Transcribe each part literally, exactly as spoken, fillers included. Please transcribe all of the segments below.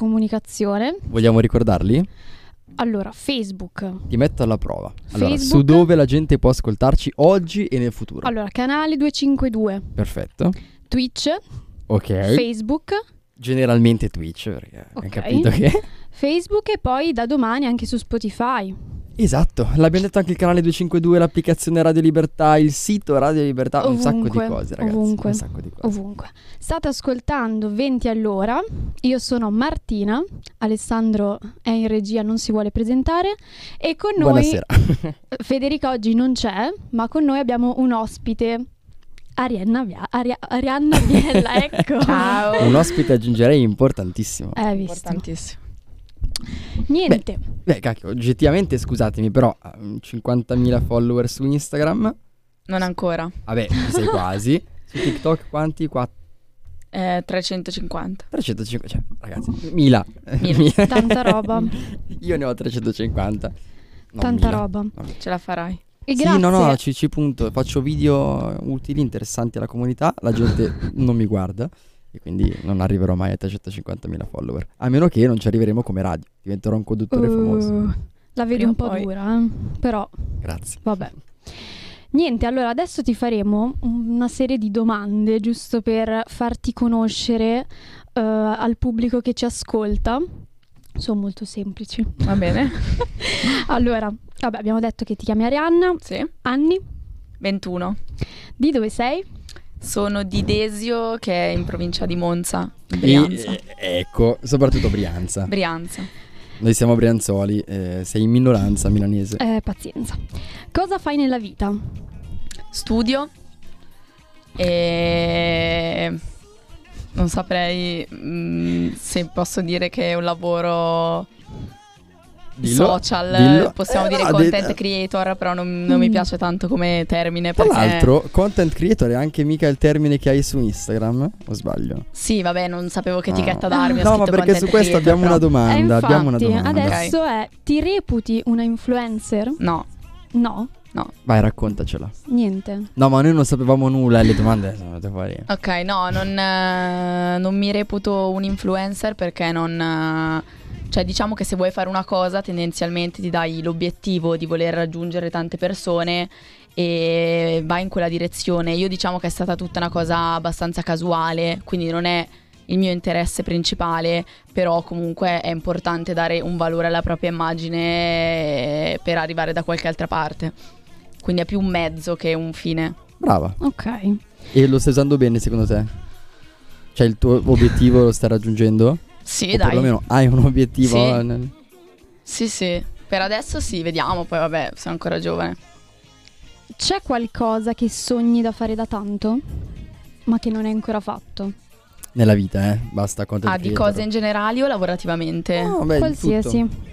comunicazione. Vogliamo ricordarli? Allora, Facebook. Ti metto alla prova. Allora, Facebook. su dove la gente può ascoltarci oggi e nel futuro? Allora, canale duecentocinquantadue. Perfetto. Twitch. Ok. Facebook. Generalmente Twitch, perché Ok. hai capito che... Facebook e poi da domani anche su Spotify. Esatto, l'abbiamo detto anche il canale duecentocinquantadue, l'applicazione Radio Libertà, il sito Radio Libertà, un sacco di cose, ragazzi. Ovunque, un sacco di cose. ovunque. State ascoltando venti all'ora. Io sono Martina, Alessandro è in regia, non si vuole presentare. E con noi Buonasera. Federica oggi non c'è, ma con noi abbiamo un ospite. Arianna, Via- Aria- Arianna Biella, ecco. Ciao. Un ospite aggiungerei importantissimo. Eh, visto. Importantissimo. Niente. Beh, cacchio, oggettivamente scusatemi, però um, cinquantamila follower su Instagram. Non ancora. Vabbè, ci sei quasi. Su TikTok quanti? Quattro. Eh, trecentocinquanta. trecentocinquanta, cioè, ragazzi, mila. Mila. Tanta roba. Io ne ho trecentocinquanta. No, Tanta mila. roba. Vabbè. Ce la farai. E Sì, grazie. no, no, ci, ci punto. Faccio video utili, interessanti alla comunità. La gente non mi guarda e quindi non arriverò mai a trecentocinquantamila follower. A meno che non ci arriveremo come radio. Diventerò un conduttore Uh, famoso. La vedi Prima un po' o poi. dura, eh? Però Grazie. vabbè. Niente, allora adesso ti faremo una serie di domande giusto per farti conoscere eh, al pubblico che ci ascolta. Sono molto semplici. Va bene? Allora, vabbè, abbiamo detto che ti chiami Arianna. Sì. Anni? ventuno. Di dove sei? Sono di Desio, che è in provincia di Monza, E, Brianza. eh, ecco, soprattutto Brianza. Brianza. Noi siamo brianzoli, eh, sei in minoranza milanese. Eh, pazienza. Cosa fai nella vita? Studio. E non saprei mm, se posso dire che è un lavoro Dillo, social. dillo. Possiamo Eh, dire no, content de- creator, però non, non mi Mm. piace tanto come termine. Tra Perché l'altro, content creator è anche mica il termine che hai su Instagram, o sbaglio? Sì, vabbè, non sapevo che Ah. etichetta darmi. ho No, ma scritto perché su content questo creator, abbiamo una però- Eh, domanda. infatti, abbiamo una domanda. adesso è, ti reputi una influencer? No, No, Vai, raccontacela. niente. No, ma noi non sapevamo nulla e le domande sono venute fuori. ok, no, non, eh, non mi reputo un influencer perché non... eh, cioè, diciamo che se vuoi fare una cosa, tendenzialmente ti dai l'obiettivo di voler raggiungere tante persone e vai in quella direzione. Io diciamo che è stata tutta una cosa abbastanza casuale, quindi non è il mio interesse principale, però comunque è importante dare un valore alla propria immagine per arrivare da qualche altra parte. Quindi è più un mezzo che un fine. Brava. Ok. E lo stai usando bene secondo te? Cioè il tuo obiettivo lo stai raggiungendo? Sì, O dai. perlomeno hai un obiettivo? Sì. nel- Sì, sì. Per adesso sì, vediamo, poi vabbè, sono ancora giovane. C'è qualcosa che sogni da fare da tanto, ma che non hai ancora fatto? Nella vita, eh? Basta content Ah, di creator. cose in generale o lavorativamente? No, beh, Qualsiasi. tutto.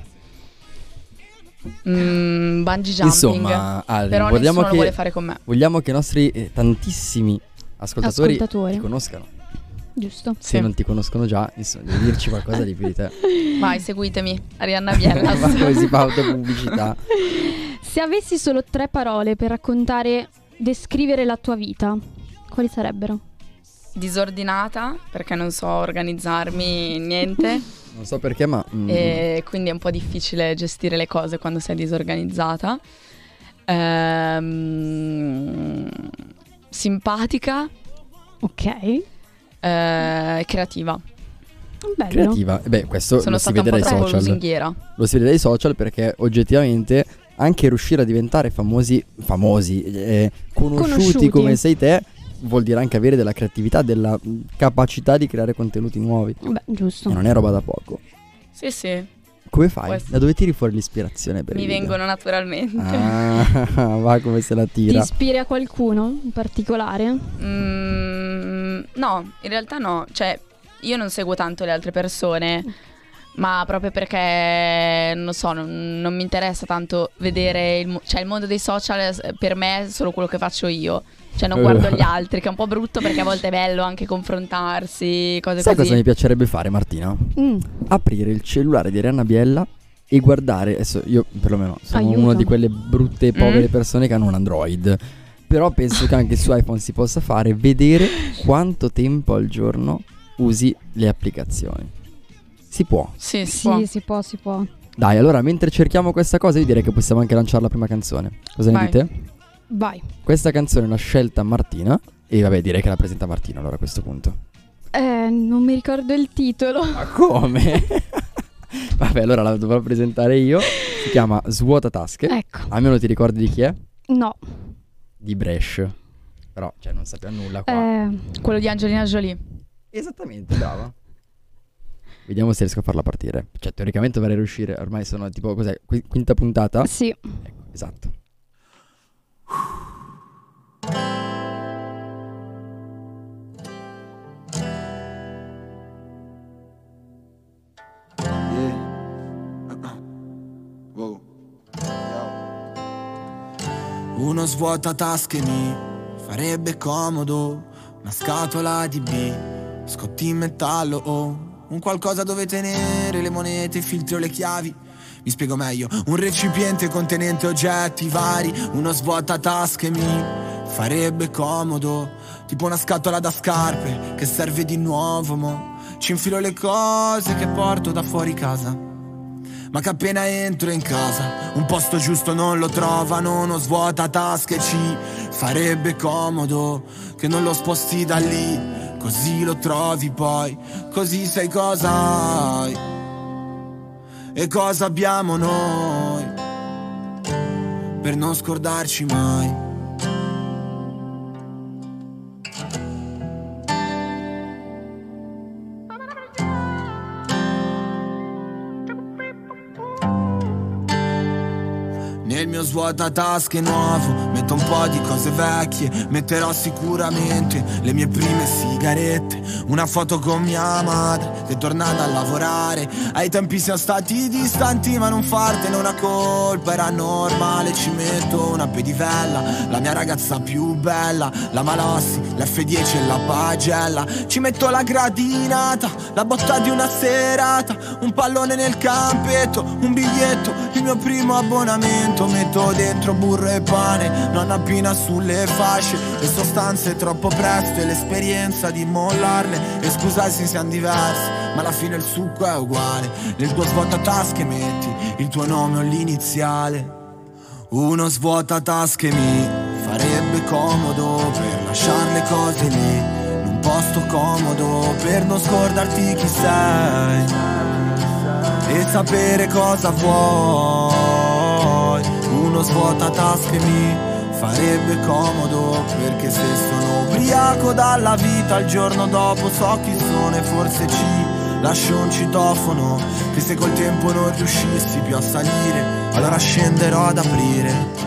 Mm, bungee jumping. Insomma, Ale, Però vogliamo nessuno che, lo vuole fare con me. vogliamo che i nostri eh, tantissimi ascoltatori, Ascoltatori. ti conoscano. Giusto. Se Sì. non ti conoscono già, insomma, devi dirci qualcosa di più di te. Vai, seguitemi. Arianna Biella. Ma come si fa autopubblicità? Se avessi solo tre parole per raccontare, descrivere la tua vita, quali sarebbero? Disordinata, perché non so organizzarmi niente. Non so perché, ma... mm, E quindi è un po' difficile gestire le cose quando sei disorganizzata. Ehm, simpatica Ok. e creativa. Bello. creativa. Eh Beh, questo Sono lo si stata vede un po' dai troppo social. lusinghiera. Lo si vede dai social perché oggettivamente anche riuscire a diventare famosi, famosi, eh, conosciuti, Conosciuti. come sei te, vuol dire anche avere della creatività, della mm, capacità di creare contenuti nuovi. Beh, giusto. E non è roba da poco. Sì, sì, Come fai? Questo. Da dove tiri fuori l'ispirazione per mi i video? vengono naturalmente. Ah, va come se la Ti tira. ispiri a qualcuno in particolare? Mm, no, in realtà no. Cioè, io non seguo tanto le altre persone, ma proprio perché, non so, non, non mi interessa tanto vedere il, mo- cioè il mondo dei social eh, per me è solo quello che faccio io. Cioè non guardo gli altri, che è un po' brutto perché a volte è bello anche confrontarsi, cose Sai così. cosa mi piacerebbe fare, Martina? Mm. Aprire il cellulare di Arianna Biella e guardare. Adesso io perlomeno sono Aiuto. una di quelle brutte e povere Mm. persone che hanno un Android. Però penso che anche su iPhone si possa fare vedere quanto tempo al giorno usi le applicazioni. Si può. Sì, si Sì, può. si può, si può. Dai, allora mentre cerchiamo questa cosa io direi che possiamo anche lanciare la prima canzone. Cosa ne Vai. dite? Vai. Questa canzone è una scelta Martina. E vabbè, direi che la presenta Martina allora a questo punto. Eh, non mi ricordo il titolo. Ma come? Vabbè, allora la dovrò presentare io. Si chiama Svuota tasche. Ecco. Almeno ti ricordi di chi è? No. Di Bresh. Però, cioè, non sappiamo nulla qua. Eh, Quello di Angelina Jolie. Esattamente, brava. Vediamo se riesco a farla partire. Cioè, teoricamente dovrei riuscire. Ormai sono tipo, cos'è? Qui- quinta puntata? sì. Ecco, esatto. Uno svuotatasche mi farebbe comodo, una scatola di B, scotti in metallo o un qualcosa dove tenere le monete, i filtri o le chiavi. Mi spiego meglio, un recipiente contenente oggetti vari. Uno svuotatasche mi farebbe comodo, tipo una scatola da scarpe che serve di nuovo, mo ci infilo le cose che porto da fuori casa. Ma che appena entro in casa un posto giusto non lo trovano. Uno svuotatasche ci farebbe comodo che non lo sposti da lì, così lo trovi poi, così sai cosa hai e cosa abbiamo noi per non scordarci mai. Nel mio svuotatasche nuovo metto un po' di cose vecchie, metterò sicuramente le mie prime sigarette, una foto con mia madre che torna da lavorare. Ai tempi siamo stati distanti ma non fartene una colpa, era normale. Ci metto una pedivella, la mia ragazza più bella, la Malossi, l'F dieci e la pagella. Ci metto la gradinata, la botta di una serata, un pallone nel campetto, un biglietto, il mio primo abbonamento. Metto dentro burro e pane, nonna Pina sulle fasce, le sostanze troppo presto e l'esperienza di mollarle. E scusai se siamo diversi, ma alla fine il succo è uguale. Nel tuo svuotatasche metti il tuo nome o l'iniziale. Uno svuotatasche mi farebbe comodo per lasciare le cose lì, in un posto comodo per non scordarti chi sei e sapere cosa vuoi. Uno svuotatasche mi farebbe comodo perché se sono ubriaco dalla vita il giorno dopo so chi sono e forse ci lascio un citofono che se col tempo non riuscissi più a salire allora scenderò ad aprire.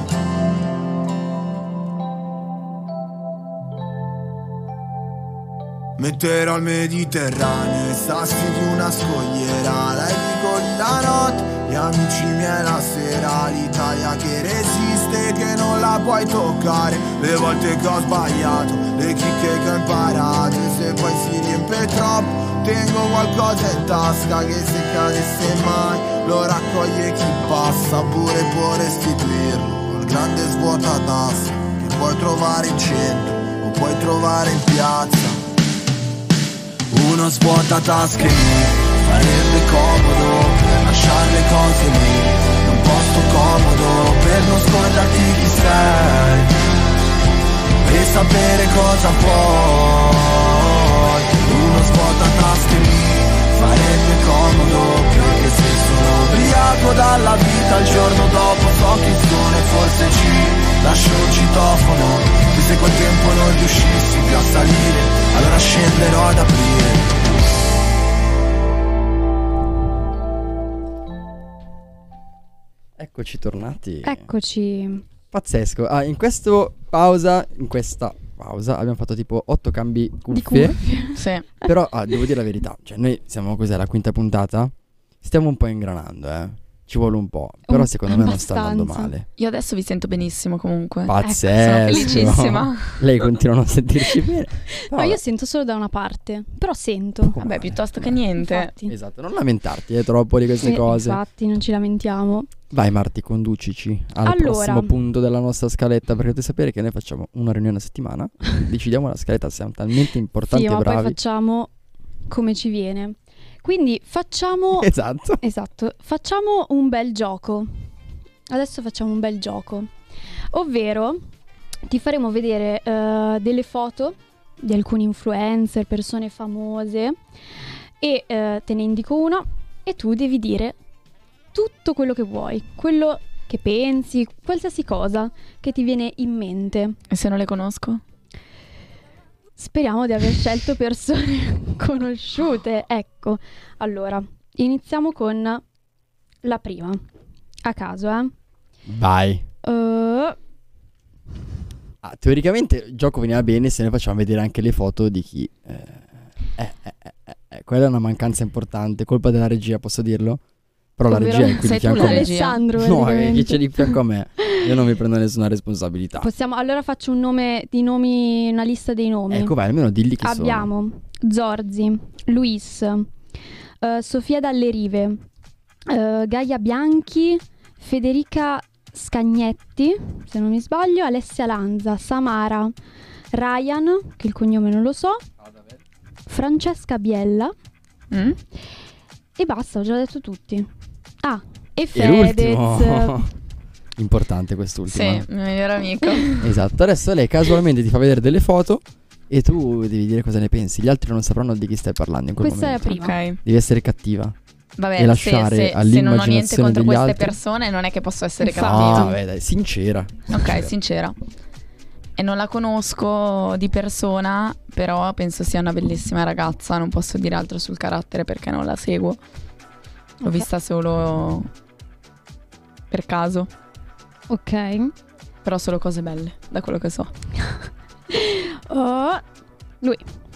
Metterò il Mediterraneo e sassi di una scogliera, dai vicoli la notte, gli amici miei la sera, l'Italia che resiste, che non la puoi toccare, le volte che ho sbagliato, le chicche che ho imparato, e se poi si riempie troppo, tengo qualcosa in tasca che se cadesse mai, lo raccoglie chi passa, oppure può restituirlo, al grande svuotatasche, che puoi trovare in centro, o puoi trovare in piazza. Uno svuotatasche mi farebbe comodo per lasciare le cose lì, in un posto comodo per non scordarti chi sei e sapere cosa puoi. Uno svuotatasche mi farebbe comodo perché se sono ubriaco dalla vita il giorno dopo so chi sono e forse ci lascio un citofono che se col tempo non riuscissi più a salire allora scenderò ad aprire. Eccoci tornati. Eccoci. Pazzesco. Ah, in questo pausa, in questa pausa abbiamo fatto tipo otto cambi Di cuffie. cuffie. Sì. Però ah, devo dire la verità, cioè noi siamo cos'è la quinta puntata? Stiamo un po' ingranando, eh. Ci vuole un po', però Un- secondo me non sta andando abbastanza. male. Io adesso vi sento benissimo comunque. Pazzesco. Sono felicissima. Lei continua a non sentirci bene. No, Vabbè. io sento solo da una parte, però sento. Come Vabbè, mai? piuttosto che niente. Infatti. Esatto, non lamentarti eh, troppo di queste Sì, cose. infatti, non ci lamentiamo. Vai Marti, conducici al Allora. prossimo punto della nostra scaletta, perché devi sapere che noi facciamo una riunione a settimana, decidiamo la scaletta, siamo talmente importanti Sì, e ma poi bravi. facciamo come ci viene. Quindi facciamo Esatto. Esatto, facciamo un bel gioco. Adesso facciamo un bel gioco. Ovvero ti faremo vedere eh, delle foto di alcuni influencer, persone famose e eh, te ne indico uno e tu devi dire tutto quello che vuoi, quello che pensi, qualsiasi cosa che ti viene in mente. E se non le conosco? Speriamo di aver scelto persone conosciute. Ecco, allora, iniziamo con la prima. A caso, eh? Vai. Uh, Ah, teoricamente il gioco veniva bene se noi facciamo vedere anche le foto di chi... Eh, eh, eh, eh, eh, quella è una mancanza importante, colpa della regia, posso dirlo? Però la Ovvero, regia è qui di sei tu fianco la a me. regia? Alessandro, No, è chi praticamente. c'è di fianco a me. Io non mi prendo nessuna responsabilità. Possiamo, allora faccio un nome di nomi, una lista dei nomi. Ecco, vai, almeno dilli chi sono. Abbiamo Zorzi, Luis, eh, Sofia Dalle Rive, eh, Gaia Bianchi, Federica Scagnetti, se non mi sbaglio, Alessia Lanza, Samara, Ryan, che il cognome non lo so, Francesca Biella Mm? e basta, ho già detto tutti. Ah, e E l'ultimo. Fedez. Sì, Importante quest'ultimo. mio migliore amico. Esatto, adesso lei casualmente ti fa vedere delle foto e tu devi dire cosa ne pensi. Gli altri non sapranno di chi stai parlando in quel Questa è la momento. prima. Ok. Devi essere cattiva. Vabbè, E lasciare se, se, se non ho all'immaginazione niente contro degli queste altri. persone, non è che posso essere Infatti. cattiva. No, vabbè, dai, sincera. Ok, sincera. E non la conosco di persona, però penso sia una bellissima ragazza. Non posso dire altro sul carattere perché non la seguo. L'ho Ok. vista solo per caso, Ok. però solo cose belle, da quello che so. Oh, lui.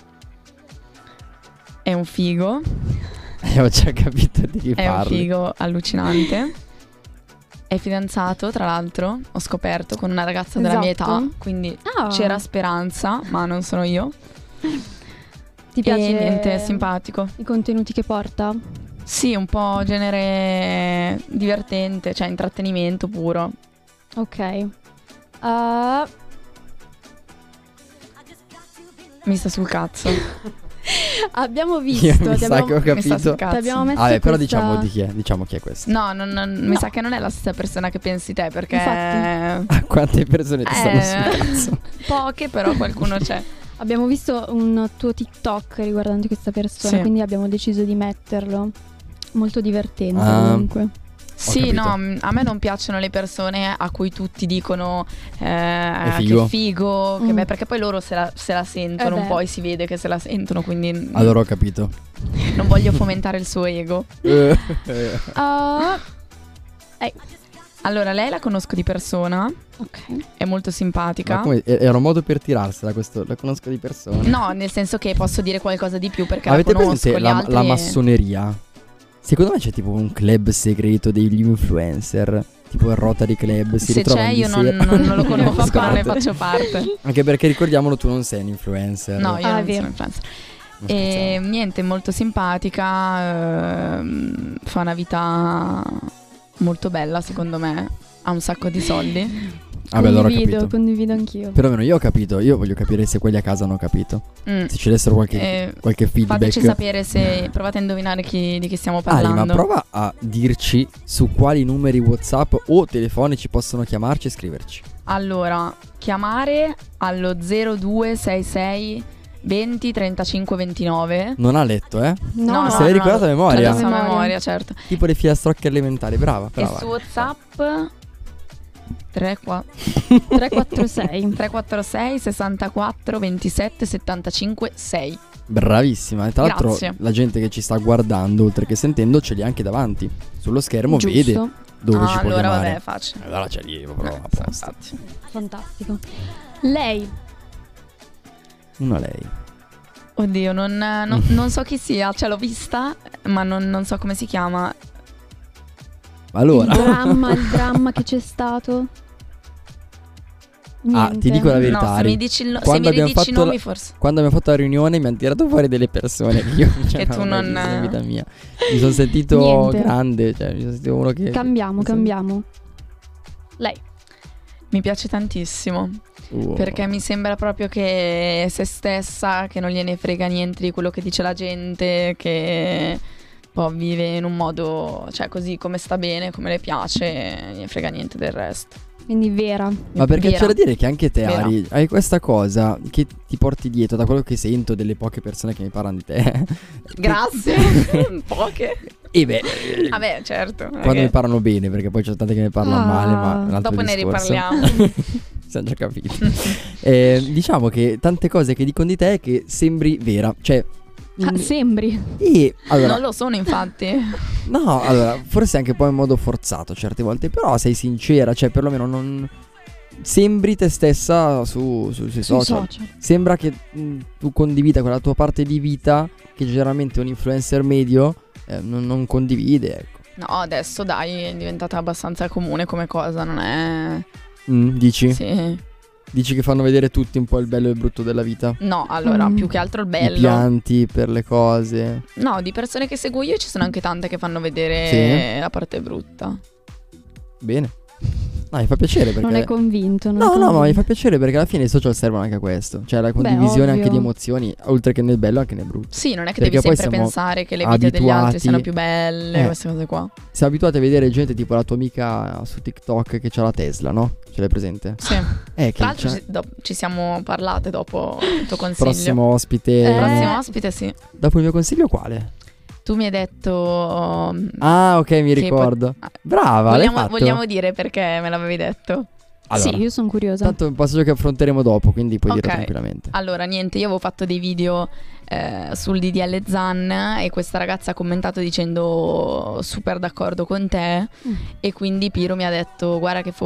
È un figo, Eh, ho già capito di chi è un parli. figo allucinante. È fidanzato, tra l'altro, ho scoperto, con una ragazza della mia Esatto. età, quindi Ah, c'era speranza, ma non sono io. ti piace E niente, è simpatico. i contenuti che porta? Sì, un po' genere divertente, cioè intrattenimento puro. Ok. Uh, Mi sta sul cazzo. abbiamo visto, Io ti mi sa abbiamo, che ho Mi sta capito. sul ti cazzo. abbiamo messo Vabbè, però questa- diciamo di chi è, diciamo chi è questo. No, non- non- mi No. sa che non è la stessa persona che pensi te, perché Infatti. Ah, quante persone ti stanno Eh. sul cazzo? poche, però qualcuno c'è. Abbiamo visto un tuo TikTok riguardante questa persona, Sì. quindi abbiamo deciso di metterlo. Molto divertente Ah. comunque. Sì, capito. no, m- a me non piacciono le persone a cui tutti dicono eh, figo. che figo, che Mm. beh, perché poi loro se la, se la sentono Eh un beh. po' e si vede che se la sentono, quindi n- Allora ho capito. non voglio fomentare il suo ego. Eh, Uh, Allora, lei la conosco di persona, ok. è molto simpatica. Ma come, e- era un modo per tirarsela questo, la conosco di persona. No, nel senso che posso dire qualcosa di più perché Avete la conosco, presente gli la, altri... la massoneria? Secondo me c'è tipo un club segreto degli influencer, tipo il Rotary Club. Si Se ritrovano c'è di io non, sera. non- non lo Ne conosco, fa non ne parte. faccio parte. Anche perché ricordiamolo, tu non sei un influencer. No, io Ah, è non vero. sono influencer. Non E scherziamo. niente, molto simpatica, ehm, fa una vita molto bella secondo me, ha un sacco di soldi. Vabbè, allora ho condivido, capito. condivido anch'io. Però almeno io ho capito, io voglio capire se quelli a casa hanno capito. Mm. Se ci dessero qualche, Eh, qualche feedback. Fateci sapere se provate a indovinare chi, di chi stiamo Ali, parlando. ma prova a dirci su quali numeri WhatsApp o telefonici possono chiamarci e scriverci. Allora, chiamare allo zero due sei sei venti trentacinque ventinove. Non ha letto, eh? No, no, Se l'hai ricordata a memoria. La so a Memoria. memoria, certo. Tipo le filastrocche elementari, brava, E brava. su WhatsApp tre quattro tre quattro sei. tre quattro sei sessantaquattro ventisette settantacinque sei. Bravissima. E tra l'altro Grazie. la gente che ci sta guardando, oltre che sentendo, ce li ha anche davanti. Sullo schermo Giusto. vede dove Ah, ci può allora chiamare. vabbè, facile. Allora c'è lì proprio Eh, apposta. infatti. Fantastico. Lei. Una lei. Oddio, non, non- non so chi sia, cioè l'ho vista, ma non, non so come si chiama. Allora, Il dramma, il dramma che c'è stato. Ah, Niente. ti dico la verità. No, se Ari. mi dici, il no- se Quando mi abbiamo ridici i fatto nomi la- forse. quando abbiamo fatto la riunione mi hanno tirato fuori delle persone che io cioè, E tu non ho mai non- visto in vita mia. Mi sono sentito Niente. grande, cioè mi sono sentito uno che Cambiamo, mi sono- cambiamo. Lei. Mi piace tantissimo. Uh. Perché mi sembra proprio che se stessa, che non gliene frega niente di quello che dice la gente, che poi vive in un modo, cioè così come sta bene, come le piace, non gliene frega niente del resto. Quindi vera. Ma perché Vera. c'è da dire che anche te, Vera. Ari, hai questa cosa che ti porti dietro, da quello che sento delle poche persone che mi parlano di te. Grazie. Poche. E beh, Vabbè, certo. quando ok. mi parlano bene, perché poi c'è tante che mi parlano Ah. male, ma è un altro Dopo ne discorso. riparliamo. Siamo già capiti. Eh, diciamo che tante cose che dicono di te è che sembri vera. Cioè Ah, mm, sembri. e allora Non lo sono, infatti. no, allora forse anche poi in modo forzato certe volte, però sei sincera, cioè perlomeno non sembri te stessa su, su- sui Sui social. social. Sembra che mh, tu condivida quella tua parte di vita che generalmente un influencer medio eh, non, non condivide, ecco. No, adesso dai, è diventata abbastanza comune come cosa, non è... Mm, dici? Sì. Dici che fanno vedere tutti un po' il bello e il brutto della vita? No, allora, Mm. più che altro il I bello. pianti per le cose. No, di persone che seguo io ci sono anche tante che fanno vedere Sì? la parte brutta. Bene. No, mi fa piacere perché Non è convinto. Non No, è no, ma convinto. mi fa piacere perché alla fine i social servono anche a questo. Cioè la condivisione anche ovvio. di emozioni, oltre che nel bello anche nel brutto. Sì, non è che Perché devi poi sempre siamo pensare che le vite degli altri abituati- siano più belle, Eh. queste cose qua. Siamo abituati a vedere gente tipo la tua amica su TikTok che c'ha la Tesla, no? Ce l'hai presente? Sì. Eh, che Tra l'altro c'ha- ci, do- ci siamo parlate dopo il tuo consiglio. prossimo ospite. Eh. Prossimo ospite, sì. Dopo il mio consiglio quale? Tu mi hai detto... um, Ah, ok, mi che ricordo. pot- Brava, l'hai vogliamo, fatto? vogliamo dire perché me l'avevi detto? Allora, Sì, io sono curiosa. tanto è un passaggio che affronteremo dopo, quindi puoi Ok. dire tranquillamente. Allora, niente, io avevo fatto dei video eh, sul D D L Zan e questa ragazza ha commentato dicendo super d'accordo con te Mm. e quindi Piro mi ha detto guarda che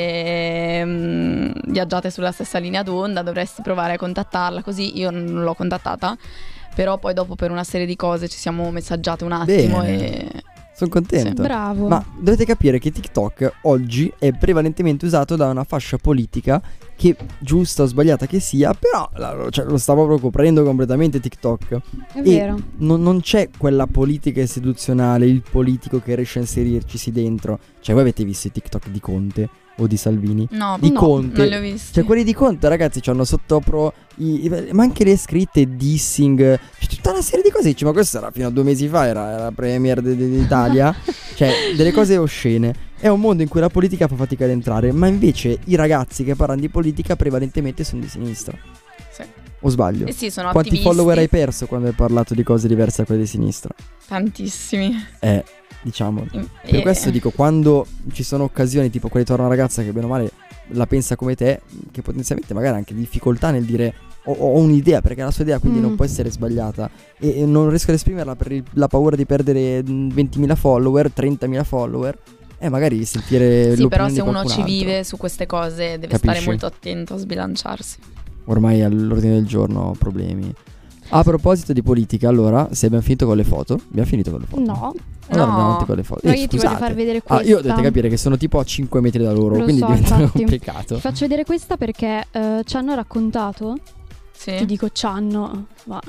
forse mm, viaggiate sulla stessa linea d'onda, dovresti provare a contattarla, così io non l'ho contattata, però poi dopo per una serie di cose ci siamo messaggiate un attimo Bene. e... Sono contento. Bravo. Ma dovete capire che TikTok oggi è prevalentemente usato da una fascia politica che, giusta o sbagliata che sia, però la- cioè, lo sta proprio coprendo completamente TikTok. È E vero. non, non c'è quella politica istituzionale, il politico che riesce a inserircisi dentro. Cioè voi avete visto i TikTok di Conte o di Salvini? No, Di no, Conte. non li ho visti. Cioè quelli di Conte ragazzi c'hanno sottopro i, i- ma anche le scritte dissing, c'è tutta una serie di cose. Dici, ma questo era fino a due mesi fa, era, era premier de- de- d'Italia. Cioè delle cose oscene. È un mondo in cui la politica fa fatica ad entrare, ma invece i ragazzi che parlano di politica prevalentemente sono di sinistra. Sì. O sbaglio? Eh sì, sono Quanti attivisti. follower hai perso quando hai parlato di cose diverse da quelle di sinistra? Tantissimi. Eh, diciamo. Per Per questo dico, quando ci sono occasioni tipo quelle torna una ragazza che bene o male la pensa come te, che potenzialmente magari ha anche difficoltà nel dire ho, ho un'idea, perché la sua idea quindi Mm. non può essere sbagliata e, e non riesco ad esprimerla per il- la paura di perdere mm, ventimila follower, trentamila follower, e magari sentire Sì, però l'opinione se di uno qualcun ci altro. vive su queste cose deve Capisci? stare molto attento a sbilanciarsi. Ormai all'ordine del giorno ho problemi. A proposito di politica, allora, se abbiamo finito con le foto, abbiamo finito con le foto. No. Allora No. andiamo avanti con le foto. No, Eh, io ti voglio scusate. far vedere Ah, questa. io dovete capire che sono tipo a cinque metri da loro, Lo quindi so, diventa infatti. complicato. Ti faccio vedere questa perché eh, ci hanno raccontato, Sì. ti dico ci hanno, ma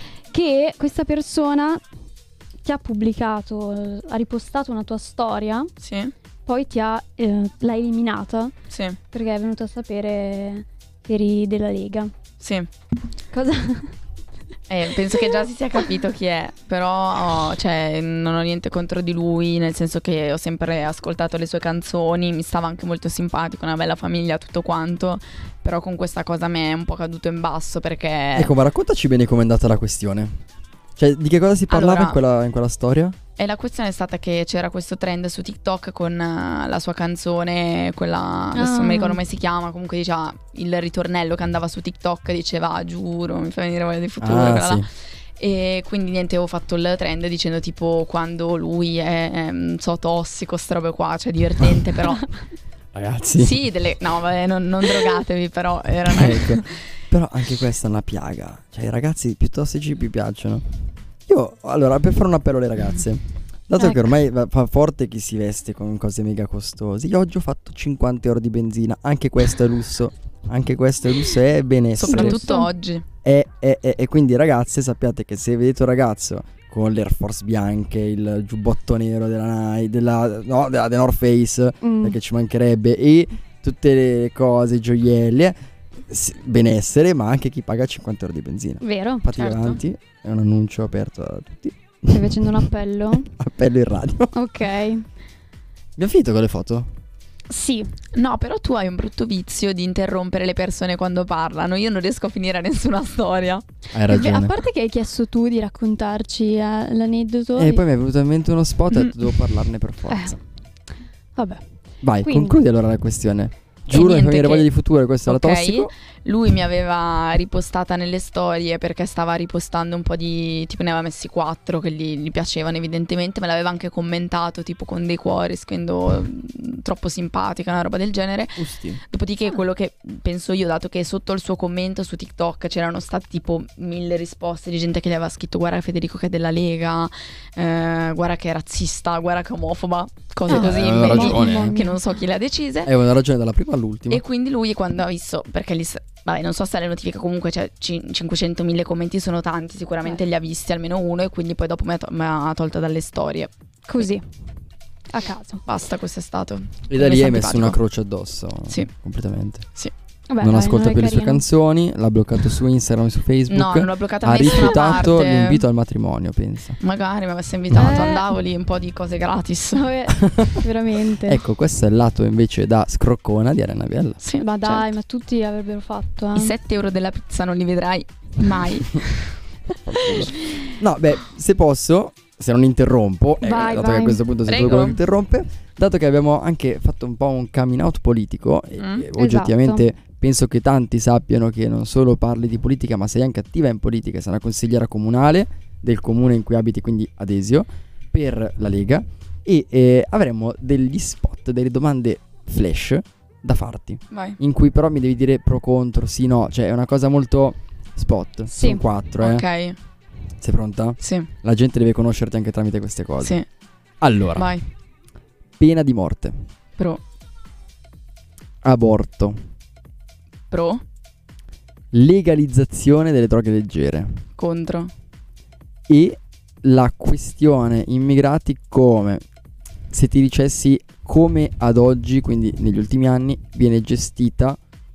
che questa persona ti ha pubblicato, eh, ha ripostato una tua storia, Sì. poi ti ha, eh, l'ha eliminata Sì. perché è venuto a sapere che eri della Lega. Sì. Cosa? Eh, penso che già si sia capito chi è, però cioè, non ho niente contro di lui, nel senso che ho sempre ascoltato le sue canzoni, mi stava anche molto simpatico, una bella famiglia, tutto quanto, però con questa cosa a me è un po' caduto in basso perché... Ecco, ma raccontaci bene com'è andata la questione. Cioè, di che cosa si parlava Allora- in, quella, in quella storia? E la questione è stata che c'era questo trend su TikTok con eh, la sua canzone, quella, adesso non mi ricordo come si chiama, comunque diceva il ritornello che andava su TikTok, diceva giuro, mi fa venire voglia di futuro, Ah, quella là. sì. E quindi niente, avevo fatto il trend dicendo tipo quando lui è, è non so, tossico, sta roba qua, cioè divertente però. Ragazzi. Sì, delle, no vabbè, non, non drogatevi, però erano... Ecco. Però anche questa è una piaga. Cioè, i ragazzi più tossici mi piacciono. Io, allora, per fare un appello alle ragazze, dato Ecco. che ormai va- fa forte chi si veste con cose mega costose, io oggi ho fatto cinquanta euro di benzina. Anche questo è lusso. Anche questo è lusso e benessere. Soprattutto Giusto. oggi. E, e- e- e quindi ragazze, sappiate che se vedete un ragazzo con le Air Force bianche, il giubbotto nero della Nike, della, no, della The North Face, Mm. perché ci mancherebbe, e tutte le cose, i gioielli, eh, s- benessere, ma anche chi paga cinquanta euro di benzina. Vero? Fate certo. avanti, è un annuncio aperto a tutti. Stai facendo un appello? Appello in radio. Ok. Abbiamo finito con le foto? Sì. No, però tu hai un brutto vizio di interrompere le persone quando parlano. Io non riesco a finire nessuna storia. Hai Beh, ragione. a parte che hai chiesto tu di raccontarci eh, l'aneddoto. E di- poi mi è venuto in mente uno spot e ho Mm. detto, devo parlarne per forza. Eh, vabbè. Vai, quindi- concludi allora la questione. Giuro che niente mi viene che- voglia di futuro, questo Ok. era tossico. Lui mi aveva ripostata nelle storie perché stava ripostando un po' di... tipo ne aveva messi quattro che gli, gli piacevano evidentemente. Me l'aveva anche commentato tipo con dei cuori, scrivendo mm, troppo simpatica, una roba del genere. Usti. Dopodiché quello che penso io, dato che sotto il suo commento su TikTok c'erano state tipo mille risposte di gente che gli aveva scritto guarda Federico che è della Lega, eh, guarda che è razzista, guarda che è omofoba, cose Ah, così aveva invece, ragione. Mamma che mia. non so chi le ha decise. Eh, una ragione dalla prima all'ultima. E quindi lui quando ha visto, perché gli, s- vabbè non so se le notifiche, comunque c'è cin- cinquecentomila commenti sono tanti, sicuramente Eh. li ha visti almeno uno e quindi poi dopo mi ha, to- mi ha tolta dalle storie. Così. A caso. Basta, questo è stato. E da Mi lì sta hai messo antipatico. una croce addosso. Sì. Completamente. Vabbè, non dai, ascolta è più le sue carino. canzoni, l'ha bloccato su Instagram e su Facebook. No, non l'ho bloccata ha da nessuna rifiutato parte. l'invito al matrimonio, pensa. Magari mi avesse invitato, Eh. andavo lì un po' di cose gratis. Vabbè, veramente. Ecco, questo è il lato invece da scroccona di Arianna Biella. Sì, Ma dai, certo. ma tutti l'avrebbero fatto. Eh. I sette euro della pizza non li vedrai mai. No, beh, se posso, se non interrompo, eh, Vai, dato vai. che a questo punto sei tu Prego. quello che interrompe, dato che abbiamo anche fatto un po' un coming out politico, e, Mm. e oggettivamente penso che tanti sappiano che non solo parli di politica, ma sei anche attiva in politica, sei una consigliera comunale del comune in cui abiti, quindi Adesio, per la Lega, e eh, avremo degli spot, delle domande flash da farti, Vai. in cui però mi devi dire pro contro, sì no, cioè è una cosa molto spot, Sì. sono quattro, eh. Ok, Sei pronta? sì, La gente deve conoscerti anche tramite queste cose. sì, Allora, vai. pena di morte, Pro, aborto, pro, legalizzazione delle droghe leggere contro. e la questione immigrati come, se ti dicessi come ad oggi, quindi negli ultimi anni, viene gestita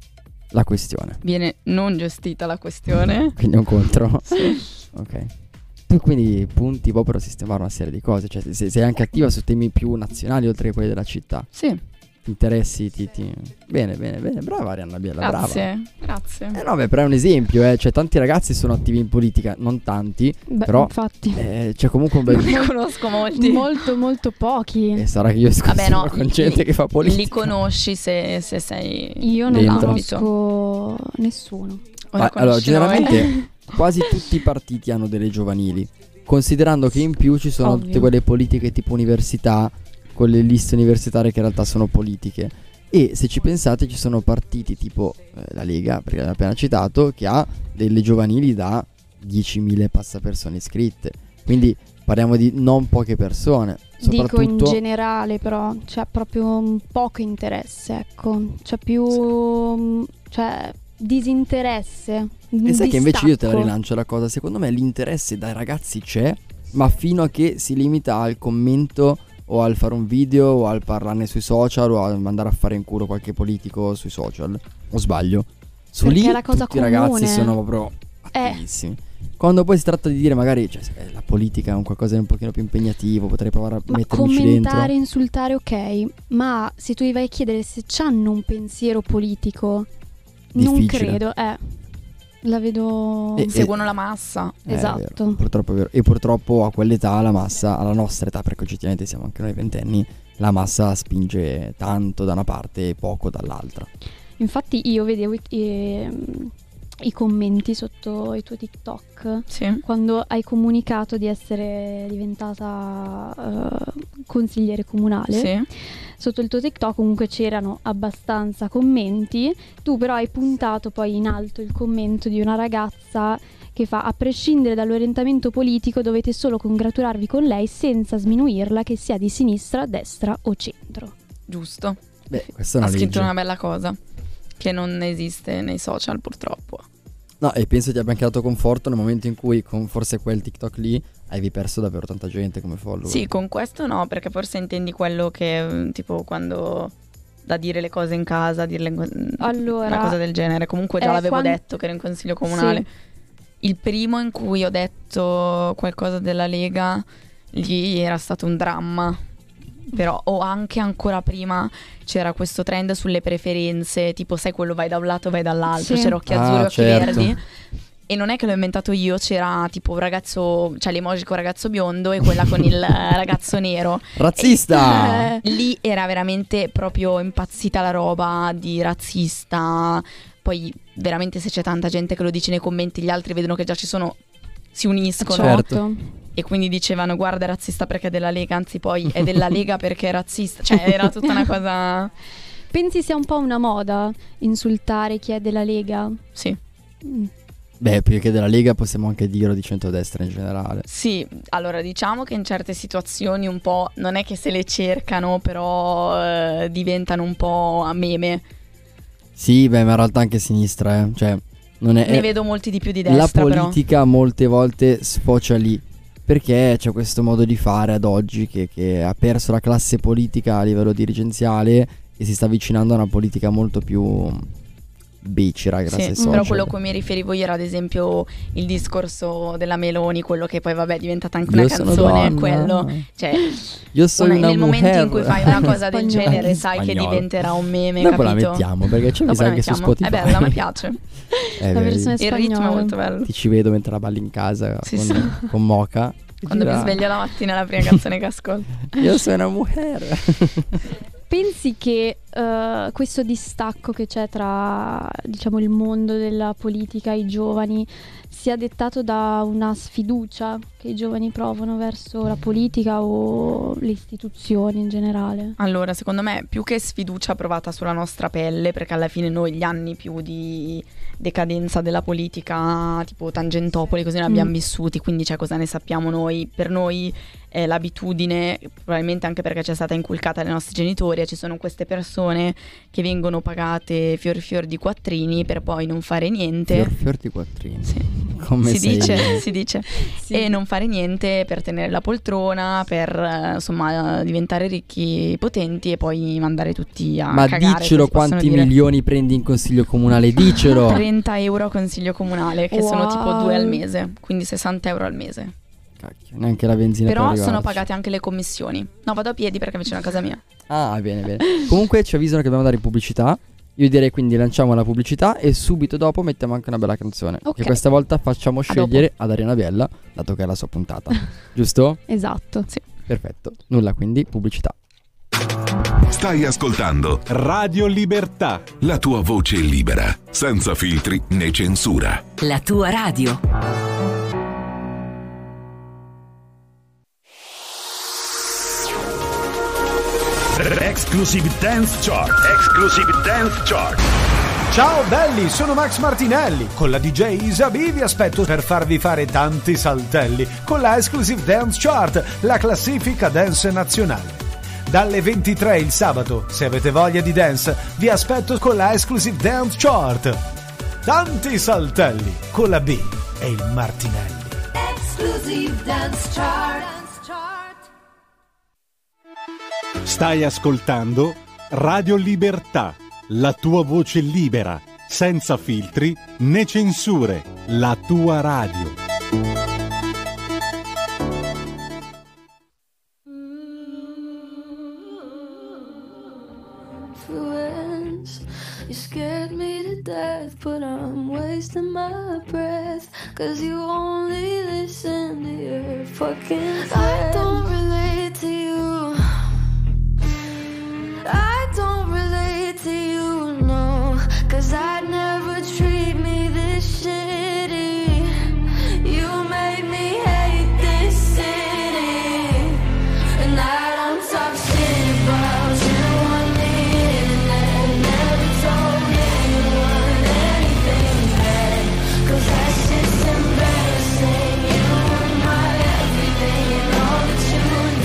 la questione. Viene non gestita la questione. Quindi un contro. Sì. Ok. Tu quindi punti proprio a sistemare una serie di cose, cioè se- sei anche attiva su temi più nazionali oltre che quelli della città. Sì, Ti interessi, ti, ti... Bene, bene, bene, brava Arianna Biella, brava. grazie, grazie. Eh no, beh, però è un esempio, eh. Cioè, tanti ragazzi sono attivi in politica, non tanti, Beh, però infatti. eh, c'è comunque un bel... Non ne conosco molti. Molto, molto pochi. E sarà che io esco Vabbè, no, con li- gente che fa politica. Li conosci se, se sei Io non Dentro. conosco nessuno. Ora Ah, allora, conosci noi. generalmente quasi tutti i partiti hanno delle giovanili, considerando che in più ci sono Ovvio. tutte quelle politiche tipo università, con le liste universitarie che in realtà sono politiche. E se ci pensate ci sono partiti tipo eh, la Lega, perché l'abbiamo appena citato, che ha delle giovanili da diecimila e passa persone iscritte. Quindi parliamo di non poche persone. Dico in Soprattutto generale, però c'è proprio un poco interesse, ecco. C'è più mm, cioè disinteresse. E sai che invece io te la distacco. rilancio la cosa. Secondo me l'interesse dai ragazzi c'è, ma fino a che si limita al commento o al fare un video o al parlarne sui social o a mandare a fare in culo qualche politico sui social. O sbaglio? Su Perché lì è la cosa tutti i ragazzi comune. sono proprio Eh. attivissimi. Quando poi si tratta di dire magari cioè, eh, la politica è un qualcosa di un pochino più impegnativo, potrei provare a Ma mettermici commentare, dentro. insultare, ok. Ma se tu gli vai a chiedere se hanno un pensiero politico, non Difficile. credo. Eh, la vedo. E- Seguono la massa. Eh, è esatto. vero, purtroppo è vero. E purtroppo a quell'età la massa, alla nostra età, perché oggettivamente siamo anche noi ventenni, la massa spinge tanto da una parte e poco dall'altra. Infatti io vedevo i, i- i commenti sotto i tuoi TikTok Sì. quando hai comunicato di essere diventata eh, consigliere comunale. Sì. Sotto il tuo TikTok comunque c'erano abbastanza commenti. Tu però hai puntato poi in alto il commento di una ragazza che fa: a prescindere dall'orientamento politico dovete solo congratularvi con lei senza sminuirla, che sia di sinistra, destra o centro. Giusto. Beh, questa è Ha una scritto legge. una bella cosa che non esiste nei social purtroppo. No, e penso ti abbia anche dato conforto nel momento in cui con forse quel TikTok lì avevi perso davvero tanta gente come follower. Sì, con questo no, perché forse intendi quello che mm, tipo quando da dire le cose in casa, dirle in co- Allora, una cosa del genere. Comunque già eh, l'avevo quan- detto che ero in consiglio comunale. Sì. Il primo in cui ho detto qualcosa della Lega, lì era stato un dramma. Però o anche ancora prima c'era questo trend sulle preferenze, tipo sai quello vai da un lato vai dall'altro, Sì. c'era occhi Ah, azzurri e occhi certo. verdi. E non è che l'ho inventato io, c'era tipo un ragazzo, cioè l'emoji con ragazzo biondo e quella con il ragazzo nero. Razzista! Eh, Lì era veramente proprio impazzita la roba di razzista. Poi veramente se c'è tanta gente che lo dice nei commenti, gli altri vedono che già ci sono, si uniscono. Certo. E quindi dicevano guarda è razzista perché è della Lega, anzi poi è della Lega perché è razzista. Cioè era tutta una cosa... Pensi sia un po' una moda insultare chi è della Lega? Sì. Mm. Beh, più che della Lega possiamo anche dirlo di centrodestra in generale. Sì, allora diciamo che in certe situazioni un po', non è che se le cercano, però eh, diventano un po' a meme. Sì, beh, ma in realtà anche sinistra, eh. Cioè, non è... Ne è- vedo molti di più di la destra però. politica molte volte sfocia lì. Perché c'è questo modo di fare ad oggi che, che ha perso la classe politica a livello dirigenziale e si sta avvicinando a una politica molto più becera grazie ai Sì, social. però quello a cui mi riferivo io era ad esempio il discorso della Meloni, quello che poi vabbè è diventata anche una Io sono canzone, donna. quello, cioè Io sono una- una nel momento in mujer. cui fai una cosa del Spagnolo. genere In sai che spagnolo. diventerà un meme, Dopo la capito? mettiamo perché c'è mi Dopo sa la che su mettiamo. Spotify. È bella, a me piace. Eh, La vedi, versione Il ritmo è spagnola. molto bello. ti ci vedo mentre la balli in casa Sì, con, sì. con Mocha. Quando mi Gira- sveglio la mattina è la prima canzone che ascolto. Io sono una mujer. Pensi che eh, questo distacco che c'è tra, diciamo, il mondo della politica e i giovani sia dettato da una sfiducia che i giovani provano verso la politica o le istituzioni in generale? Allora, secondo me, più che sfiducia provata sulla nostra pelle, perché alla fine noi gli anni più di decadenza della politica, tipo Tangentopoli, così ne abbiamo Mm. vissuti, quindi cioè, cosa ne sappiamo noi? Per noi è l'abitudine, probabilmente anche perché c'è stata inculcata dai nostri genitori, e ci sono queste persone che vengono pagate fior fior di quattrini per poi non fare niente. Fior fior di quattrini. Sì. Come si sei- dice, si dice. Sì. E non fare niente per tenere la poltrona, per eh, insomma diventare ricchi, potenti e poi mandare tutti a Ma cagare. diccelo se si possono quanti dire. milioni prendi in consiglio comunale, diccelo. trenta euro a consiglio comunale, che sono tipo Wow. due al mese, quindi sessanta euro al mese. Cacchio, neanche la benzina per Però sono arrivarci. pagate anche le commissioni. No, vado a piedi perché è vicino a casa mia. Ah, bene, bene. Comunque ci avvisano che dobbiamo dare pubblicità. Io direi quindi lanciamo la pubblicità e subito dopo mettiamo anche una bella canzone. Ok. Che questa volta facciamo A scegliere ad Ariana Biella, dato che è la sua puntata. Giusto? Esatto. Sì. Perfetto. Nulla quindi, pubblicità. Stai ascoltando Radio Libertà. la tua voce libera, senza filtri né censura. La tua radio. Exclusive Dance Chart. Exclusive Dance Chart. Ciao belli, sono Max Martinelli. Con la D J Isabi vi aspetto per farvi fare tanti saltelli con la Exclusive Dance Chart, la classifica dance nazionale. Dalle ventitré il sabato, se avete voglia di dance, vi aspetto con la Exclusive Dance Chart. Tanti saltelli con la B e il Martinelli. Exclusive Dance Chart. Stai ascoltando Radio Libertà, la tua voce libera, senza filtri né censure, la tua radio. Friends, you scared me to death, but I'm wasting my breath, cause you only listen to your fucking friends. I don't relate to you, I don't relate to you, no, cause I'd never treat me this shitty. You made me hate this city, and I don't talk shit about you on the internet. Never told anyone anything bad, cause that shit's embarrassing. You were my everything, and all that you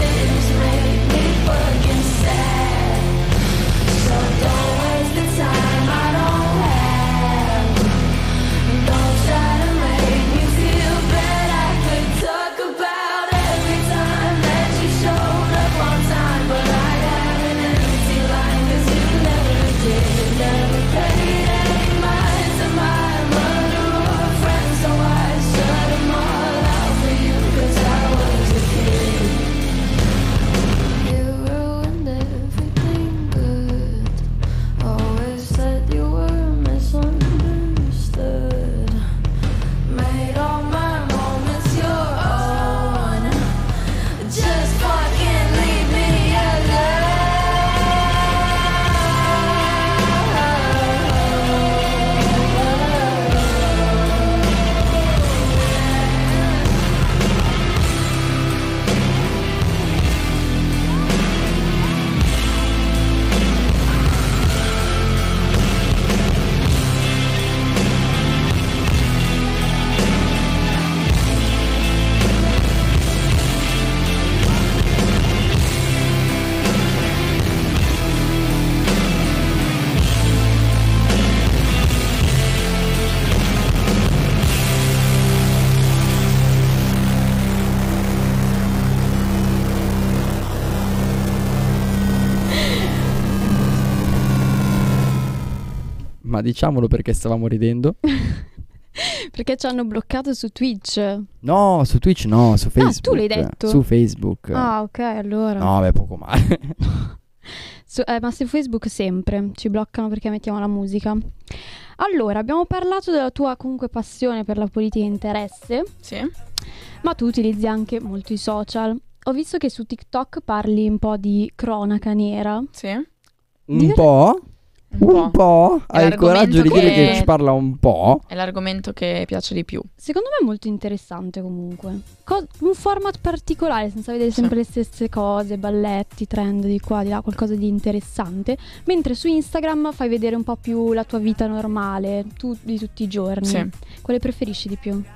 ma diciamolo perché stavamo ridendo. Perché ci hanno bloccato su Twitch. No, su Twitch no, su Facebook. tu l'hai detto? Su Facebook. Ah, ok, allora. No, beh, poco male. Su- eh, ma su Facebook sempre ci bloccano perché mettiamo la musica. Allora, abbiamo parlato della tua comunque passione per la politica e interesse, Sì. ma tu utilizzi anche molto i social. Ho visto che su TikTok parli un po' di cronaca nera. Sì. Un Diver- po'? Un po'. Un po'? Hai il coraggio di l'argomento dire che che- ci parla un po'? È l'argomento che piace di più. Secondo me è molto interessante comunque. Co- un format particolare, senza vedere sempre le stesse cose, balletti, trend di qua, di là, qualcosa di interessante. Mentre su Instagram fai vedere un po' più la tua vita normale, tu di tutti i giorni. Sì. Quale preferisci di più?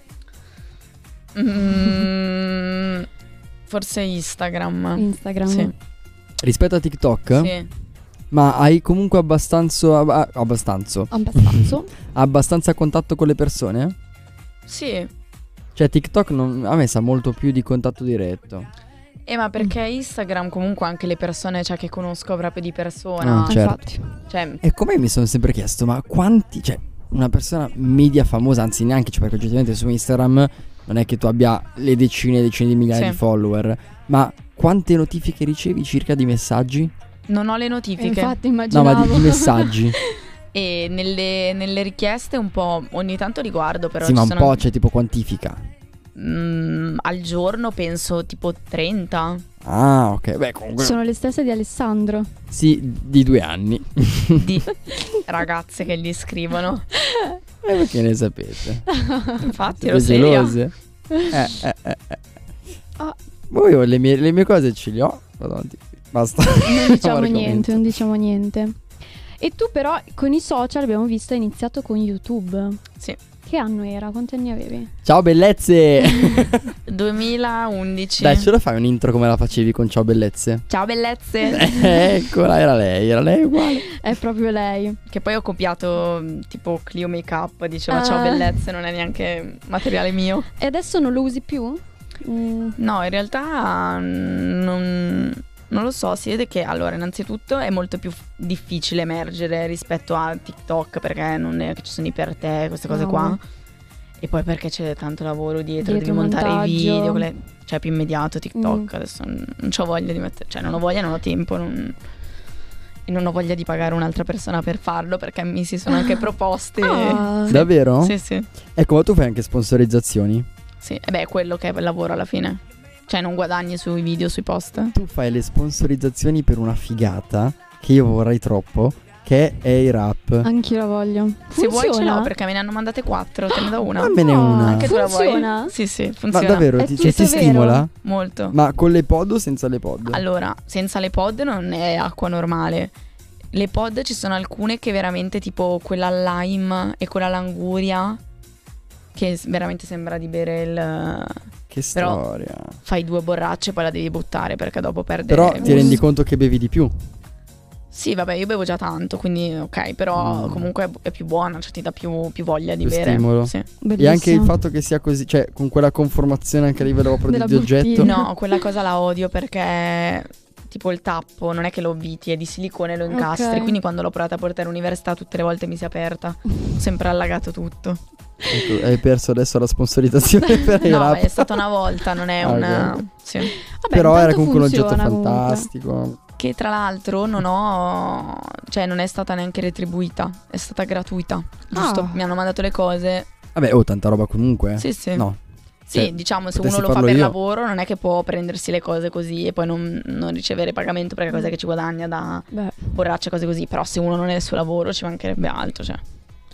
Mm, forse Instagram. Instagram. Sì. Rispetto a TikTok? Sì. Ma hai comunque abbastanza... ab- abbastanza... Abbastanza. abbastanza contatto con le persone? Sì. Cioè TikTok non- a me sa molto più di contatto diretto. Eh, ma perché Instagram comunque anche le persone, cioè, che conosco proprio di persona. Ah, certo. Infatti. Cioè, E come mi sono sempre chiesto, ma quanti... Cioè, una persona media famosa, anzi neanche, cioè, perché oggettivamente su Instagram non è che tu abbia le decine e decine di migliaia Sì. di follower, ma quante notifiche ricevi circa di messaggi? non ho le E notifiche. infatti No, immaginavo. ma di, di messaggi. E nelle, nelle richieste un po' ogni tanto li guardo, però sì, ci ma un sono, po', cioè tipo quantifica. mm, al giorno penso tipo trenta. Ah, ok, beh comunque... Sono le stesse di Alessandro. Sì, di due anni. Di ragazze che gli scrivono. E perché ne sapete? Infatti Siete ero seria. gelose? Eh, eh, eh, eh. Ah. Poi io le mie, le mie cose ce le ho. Vado avanti. Basta. Non diciamo Argomento. niente, non diciamo niente. E tu però con i social abbiamo visto hai iniziato con YouTube. Sì. Che anno era? Quanti anni avevi? Ciao bellezze. duemilaundici. Dai, ce la fai un intro come la facevi con Ciao bellezze? Ciao bellezze. Eh, eccola, era lei, era lei uguale. È proprio lei. Che poi ho copiato mm, tipo Clio Makeup, diceva Ah. ciao bellezze, non è neanche materiale mio. E adesso non lo usi più? Mm. No, in realtà mm, non, non lo so, si vede che allora innanzitutto è molto più f- difficile emergere rispetto a TikTok, perché non è che ci sono i per te, queste cose No. qua. E poi perché c'è tanto lavoro dietro, Dietro devi montare montaggio. i video, quelle- cioè è più immediato TikTok, Mm. adesso non, non ho voglia di mettere, cioè non ho voglia, non ho tempo, non- e non ho voglia di pagare un'altra persona per farlo, perché mi si sono anche proposte. Ah. Davvero? Sì, sì. Ecco, ma tu fai anche sponsorizzazioni? Sì, e beh, è quello che è il lavoro alla fine. Cioè non guadagni sui video, sui post. Tu fai le sponsorizzazioni per una figata che io vorrei troppo, che è A$AP. Anch'io la voglio. Se vuoi ce Funziona? l'ho, perché me ne hanno mandate quattro, te ne do una. Dammene No, una. Anche tu la vuoi? funziona? Sì, sì, Ma funziona. davvero, È ti, tutto cioè, ti vero? stimola? Molto. Ma con le pod o senza le pod? Allora, senza le pod non è acqua normale. Le pod ci sono alcune che veramente tipo quella al lime e quella all'anguria, che s- veramente sembra di bere il... Che però- storia. Fai due borracce e poi la devi buttare perché dopo perde Però ti gusto. rendi conto che bevi di più? Sì, vabbè, io bevo già tanto, quindi ok, però Mm. comunque è, è più buona, cioè ti dà più, più voglia di Più bere. stimolo. Sì. E Bellissimo. anche il fatto che sia così, cioè con quella conformazione anche a livello proprio Della di oggetto. bottiglia. No, quella cosa la odio perché tipo il tappo non è che lo viti, è di silicone e lo incastri, Ok. quindi quando l'ho provata a portare all'università tutte le volte mi si è aperta. Ho sempre allagato tutto. Ecco, hai perso adesso la sponsorizzazione per No, A$AP. ma è stata una volta, non è Ah, una... ok. Sì. Vabbè, Però era intanto comunque un oggetto funziona comunque. fantastico. Che tra l'altro non ho... cioè non è stata neanche retribuita, è stata gratuita. Giusto, Ah. mi hanno mandato le cose. Vabbè, oh, tanta roba comunque. Sì, sì. No. Sì, Cioè, diciamo, se potessi uno lo fa farlo per io. lavoro non è che può prendersi le cose così e poi non, non ricevere pagamento perché è cosa che ci guadagna da Beh, borracce, cose così. Però se uno non è il suo lavoro ci mancherebbe altro, cioè.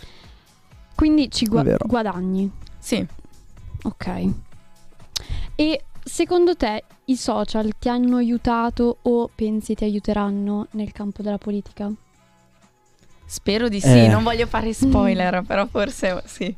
quindi ci gua- È vero. guadagni. Sì. Ok. E secondo te i social ti hanno aiutato o pensi ti aiuteranno nel campo della politica? Spero di sì, Eh. non voglio fare spoiler, però forse sì.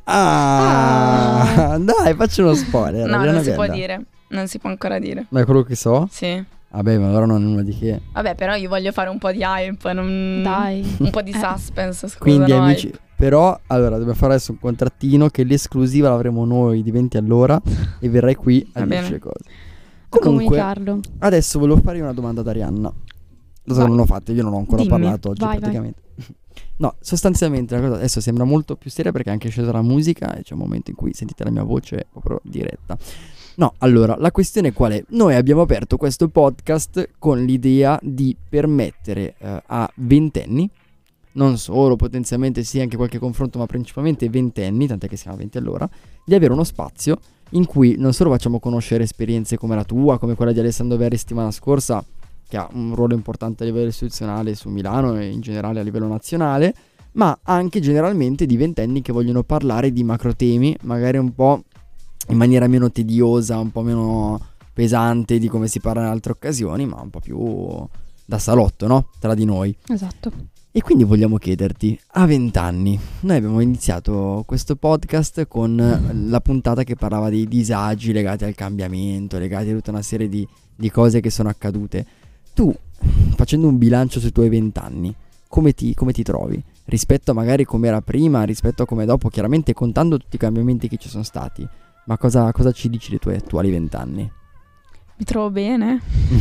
Ah, dai, faccio uno spoiler. No, Adriana non si può Bella. dire, non si può ancora dire. Ma è quello che so? Sì. Vabbè, ma allora non è nulla di che. Vabbè, però io voglio fare un po' di hype, non- Dai. un po' di Eh. suspense, scusa. Quindi no, amici, hype. però allora dobbiamo fare adesso un contrattino che l'esclusiva l'avremo noi di venti all'ora e verrai qui a Va dirci bene. le cose. A Comunque, comunicarlo. adesso volevo fare una domanda ad Arianna. Lo so che non l'ho fatto, io non ho ancora Dimmi. parlato oggi Vai, praticamente. No, sostanzialmente la cosa adesso sembra molto più seria perché è anche scesa la musica e c'è un momento in cui sentite la mia voce proprio diretta. No, allora, la questione qual è? Noi abbiamo aperto questo podcast con l'idea di permettere eh, a ventenni, non solo, potenzialmente sì, anche qualche confronto, ma principalmente ventenni, tant'è che siamo a venti all'ora, di avere uno spazio in cui non solo facciamo conoscere esperienze come la tua, come quella di Alessandro Verri settimana scorsa, che ha un ruolo importante a livello istituzionale su Milano e in generale a livello nazionale, ma anche generalmente di ventenni che vogliono parlare di macro temi, magari un po' in maniera meno tediosa, un po' meno pesante di come si parla in altre occasioni, ma un po' più da salotto, no? Tra di noi. Esatto. E quindi vogliamo chiederti, a vent'anni, noi abbiamo iniziato questo podcast con la puntata che parlava dei disagi legati al cambiamento, legati a tutta una serie di, di cose che sono accadute. Tu, facendo un bilancio sui tuoi vent'anni, come ti, come ti trovi? Rispetto a magari come era prima, rispetto a come dopo, chiaramente contando tutti i cambiamenti che ci sono stati. Ma cosa, cosa ci dici dei tuoi attuali vent'anni? Mi trovo bene.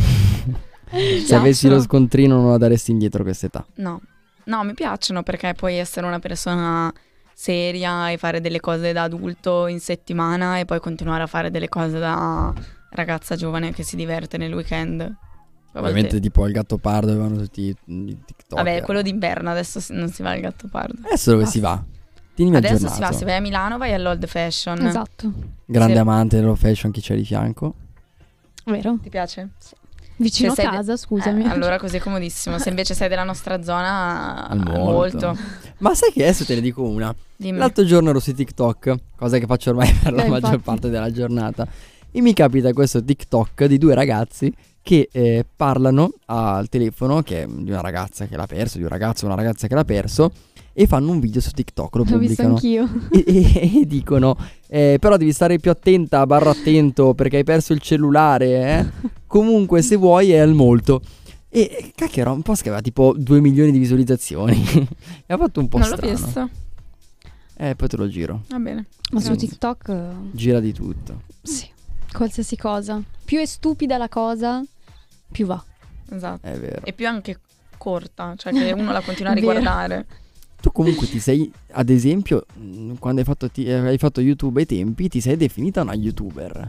Se avessi lo scontrino non la daresti indietro questa età? No, no, mi piacciono perché puoi essere una persona seria e fare delle cose da adulto in settimana e poi continuare a fare delle cose da ragazza giovane che si diverte nel weekend. A volte- Ovviamente tipo al Gattopardo avevano tutti i i TikTok. Vabbè, quello d'inverno, adesso si- non si va al Gattopardo. Adesso dove si va? Tienimi Adesso aggiornato. si va, se vai a Milano vai all'Old Fashion. Esatto. Grande Sì. amante dello fashion, chi c'è di fianco? Vero? Ti piace? Vicino Se sei a de- casa, scusami. Eh, allora così è comodissimo. Se invece sei della nostra zona, Al molto. molto. Ma sai che adesso te ne dico una. Dimmi. L'altro giorno ero su TikTok, cosa che faccio ormai per la Eh, maggior infatti. parte della giornata, e mi capita questo TikTok di due ragazzi che eh, parlano al telefono, che è di una ragazza che l'ha perso, di un ragazzo o una ragazza che l'ha perso, e fanno un video su TikTok, lo L'ho visto pubblicano anch'io. e, e- e dicono eh, però devi stare più attenta, barra attento, perché hai perso il cellulare, eh? Comunque se vuoi è al molto. E e cacchio, era un post che aveva tipo due milioni di visualizzazioni e ha fatto un po' Non l'ho strano. visto. Eh, poi te lo giro. Va bene. Ma su Grazie. TikTok, eh, Gira di tutto. sì, qualsiasi cosa. Più è stupida la cosa, più va. Esatto. È vero. E più anche corta, cioè che uno la continua a Vero. riguardare. Tu comunque ti sei, ad esempio, mh, quando hai fatto, ti- eh, hai fatto YouTube ai tempi, ti sei definita una YouTuber.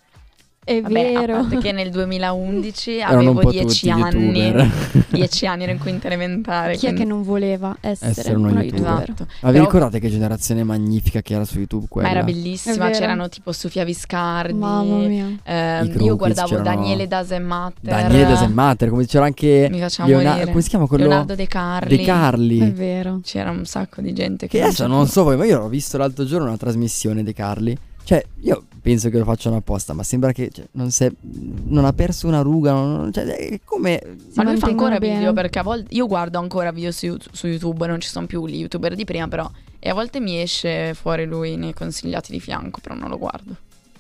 È Vabbè, a vero. parte che nel duemilaundici Erano un avevo po' dieci tutti anni. YouTuber. dieci anni ero in quinta elementare. Chi è che quindi- non voleva essere, Essere una una YouTuber. YouTuber? Esatto. Ma vi Però- ricordate che generazione magnifica che era su YouTube quella? Ma era È bellissima, vero. c'erano tipo Sofia Viscardi. Mamma mia. ehm, I io Crocus, guardavo c'erano Daniele Dasematter. Daniele Dasematter, come c'era anche Mi faceva Leona- morire. come si chiama quello? Leonardo De Carli. De Carli. È vero. C'era un sacco di gente che Che adesso non so voi, ma io l'ho visto l'altro giorno una trasmissione di Carli. Cioè, io penso che lo facciano apposta, ma sembra che cioè, non, si è- non ha perso una ruga. Non, cioè, è come. Ma Si lui fa mantengono ancora bene. video perché a volte io guardo ancora video su, su YouTube, non ci sono più gli youtuber di prima, però e a volte mi esce fuori lui nei consigliati di fianco, però non lo guardo.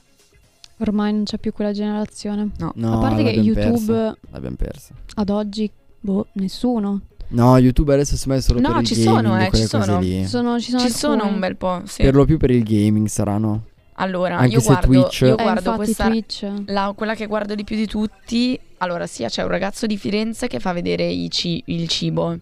Ormai non c'è più quella generazione. No. No, A parte che l'abbiamo YouTube persa, l'abbiamo persa. ad oggi, boh, nessuno. No, YouTube adesso si è solo No, per il ci gaming, sono, eh, quelle ci cose sono. lì. Sono, ci sono Ci sono alcuni. un bel po', sì. Per lo più per il gaming saranno. Allora, Anche io se guardo, Twitch- io Eh, guardo infatti questa Twitch. la- quella che guardo di più di tutti. Allora, sì, c'è un ragazzo di Firenze che fa vedere i ci- il cibo.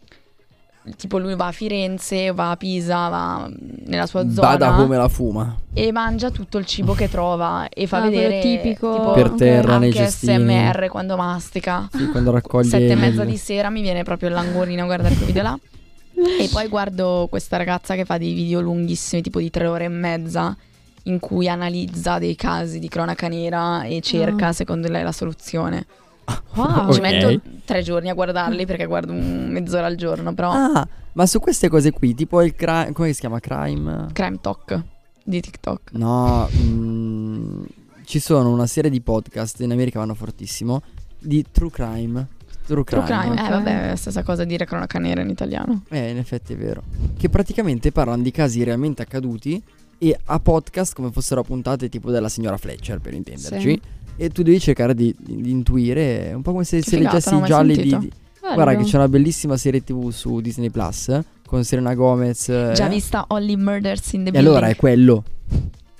Tipo lui va a Firenze, va a Pisa, va nella sua zona Bada come la fuma. e mangia tutto il cibo che trova e fa Ah, quello vedere tipico. tipo Per terra, nei anche cestini. S M R quando mastica. Sì, quando raccoglie Sette e il- mezza di sera mi viene proprio il languorino a guardare quei video là. E poi guardo questa ragazza che fa dei video lunghissimi, tipo di tre ore e mezza, in cui analizza dei casi di cronaca nera e cerca Ah. secondo lei la soluzione. Wow. Ok. Ci metto tre giorni a guardarli perché guardo un- mezz'ora al giorno, però Ah, ma su queste cose qui, tipo il crime, come si chiama? Crime? Crime Talk di TikTok. No, mm, ci sono una serie di podcast in America vanno fortissimo di true crime. True crime. True Crime, ok. eh vabbè, è la stessa cosa dire cronaca nera in italiano. Eh, in effetti è vero. Che praticamente parlano di casi realmente accaduti e a podcast come fossero puntate tipo della signora Fletcher, per intenderci. Sì. E tu devi cercare di, di intuire, un po' come se, Che se figata, leggessi non i ho mai gialli di, sentito. di- Bello. Guarda che c'è una bellissima serie tv su Disney Plus eh, con Serena Gomez. eh. Già vista Only Murders in the E Building. allora è quello.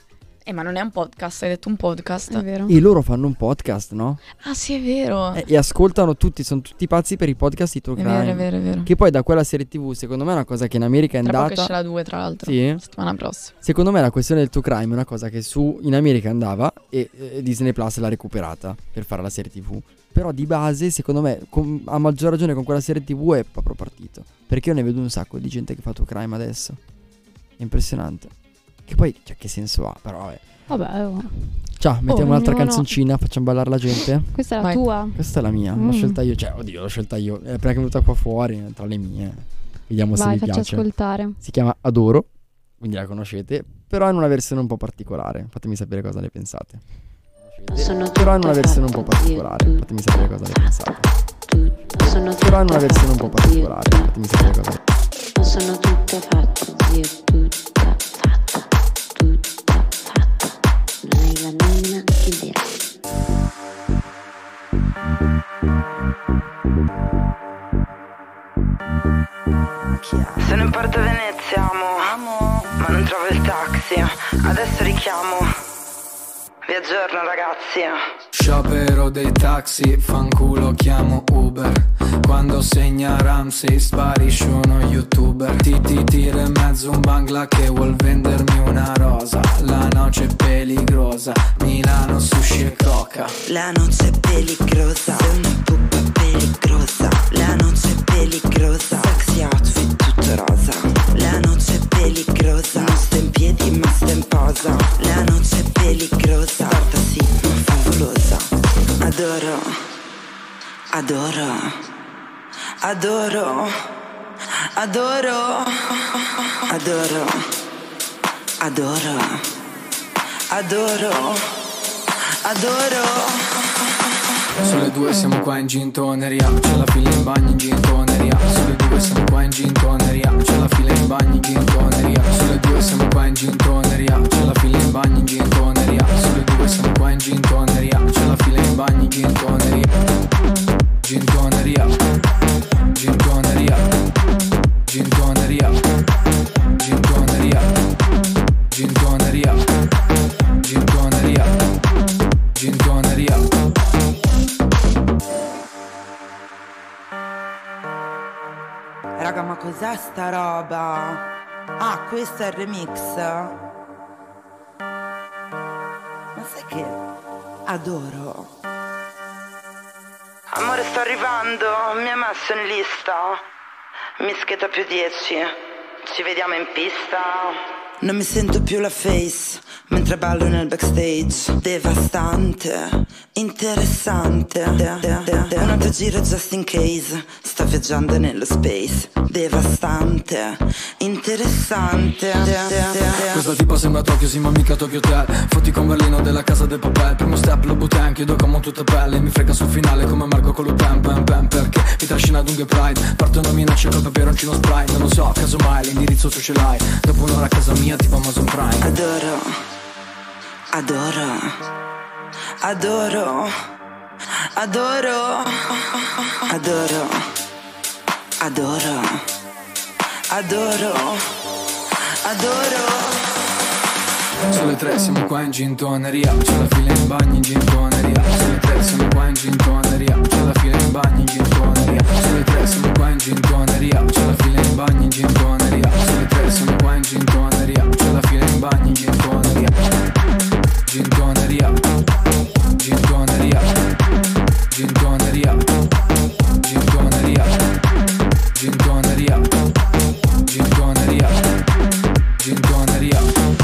Eh, ma non è un podcast, hai detto un podcast. È vero. E loro fanno un podcast, no? Ah, sì, è vero. Eh, e ascoltano tutti, sono tutti pazzi per i podcast di True È Crime. vero, è vero, è vero. Che poi da quella serie tivù, secondo me è una cosa che in America è Tra poco andata. esce la due, tra l'altro. Sì. Settimana prossima. Secondo me la questione del True Crime è una cosa che su in America andava e eh, Disney Plus l'ha recuperata per fare la serie tivù. Però di base, secondo me, con, a maggior ragione con quella serie tivù è proprio partito. Perché io ne vedo un sacco di gente che fa True Crime adesso. È impressionante. Che poi, cioè, che senso ha? Però vabbè. Vabbè, oh. Ciao, mettiamo un'altra ognuno- canzoncina, facciamo ballare la gente. Questa è la Vai. tua. Questa è la mia, l'ho Mm. scelta io. Cioè, oddio, l'ho scelta io. È appena venuta qua fuori, è tra le mie. Vediamo se Vai, vi facci piace. ascoltare. Si chiama Adoro, quindi la conoscete, però in una versione un po' particolare. Fatemi sapere cosa ne pensate. Sono Però in una tutta versione un po' fatta di particolare. Fatemi sapere cosa ne pensate. tutto. Sono Però in una tutta versione un po' fatta di particolare. Fatemi sapere cosa ne pensate. Non sono tutta fatta, zio, tutta fatta, tutta fatta. Non hai la minima idea. Sono in Porto Venezia, amo, amo, ma non trovo il taxi. Adesso richiamo. Vi aggiorno, ragazzi. Sciopero dei taxi, fanculo chiamo Uber. Quando segna Ramsey sparisce uno youtuber. Ti ti tira in mezzo un bangla che vuol vendermi una rosa. La noce peligrosa, Milano sushi e coca. La noce peligrosa, sei una puppa peligrosa. La noce peligrosa, sexy outfit tutto rosa. La noce peligrosa, non sta in piedi ma sta in posa. La noce peligrosa, porta sì ma favolosa. Adoro, adoro, adoro, adoro, adoro, adoro, adoro, adoro. Sulle due siamo qua in gintoneria, c'è la fila in bagno in gintoneria. Sulle due siamo qua in gintoneria, c'è la fila in bagno in gintoneria. Sulle due siamo qua in gintoneria, c'è la fila in bagno in gintoneria. Sulle due siamo qua in gintoneria, c'è la fila in bagno in gintoneria. Gintoneria, gintoneria, gintoneria, gintoneria, gintoneria, gintoneria, gintoneria. Raga, ma cos'è sta roba? Ah, questo è il remix? Ma sai che adoro. Amore, sto arrivando, mi ha messo in lista. Mischeta più dieci. Ci vediamo in pista. Non mi sento più la face mentre ballo nel backstage. Devastante, interessante. Un altro giro just in case. Sto viaggiando nello space. Devastante, interessante. Questa tipa sembra Tokyo, sì ma mica Tokyo Hotel. Fotti con Berlino della casa del papel. Primo step lo button, chiudo come tutta pelle. Mi frega sul finale come Marco con lo pam pam pam. Perché mi trascina dunque Pride. Partono minacce col peperoncino Sprite. Non lo so, casomai l'indirizzo tu ce l'hai. Dopo un'ora a casa mia tipo Amazon Prime. Adoro, adoro, adoro, adoro, adoro, adoro, adoro, adoro. Sulle tre siamo qua in gintoneria, c'è la fila in bagno in gintoneria. Sulle tre siamo qua in gintoneria, c'è la fila in bagno in gintoneria. Sulle tre siamo qua in gintoneria, c'è la fila in bagno in gintoneria. Sulle tre siamo qua in gintoneria, c'è la fila in bagno in gintoneria. Gintoneria, gintoneria, gintoneria, gintoneria, gintoneria, gintoneria, gintoneria.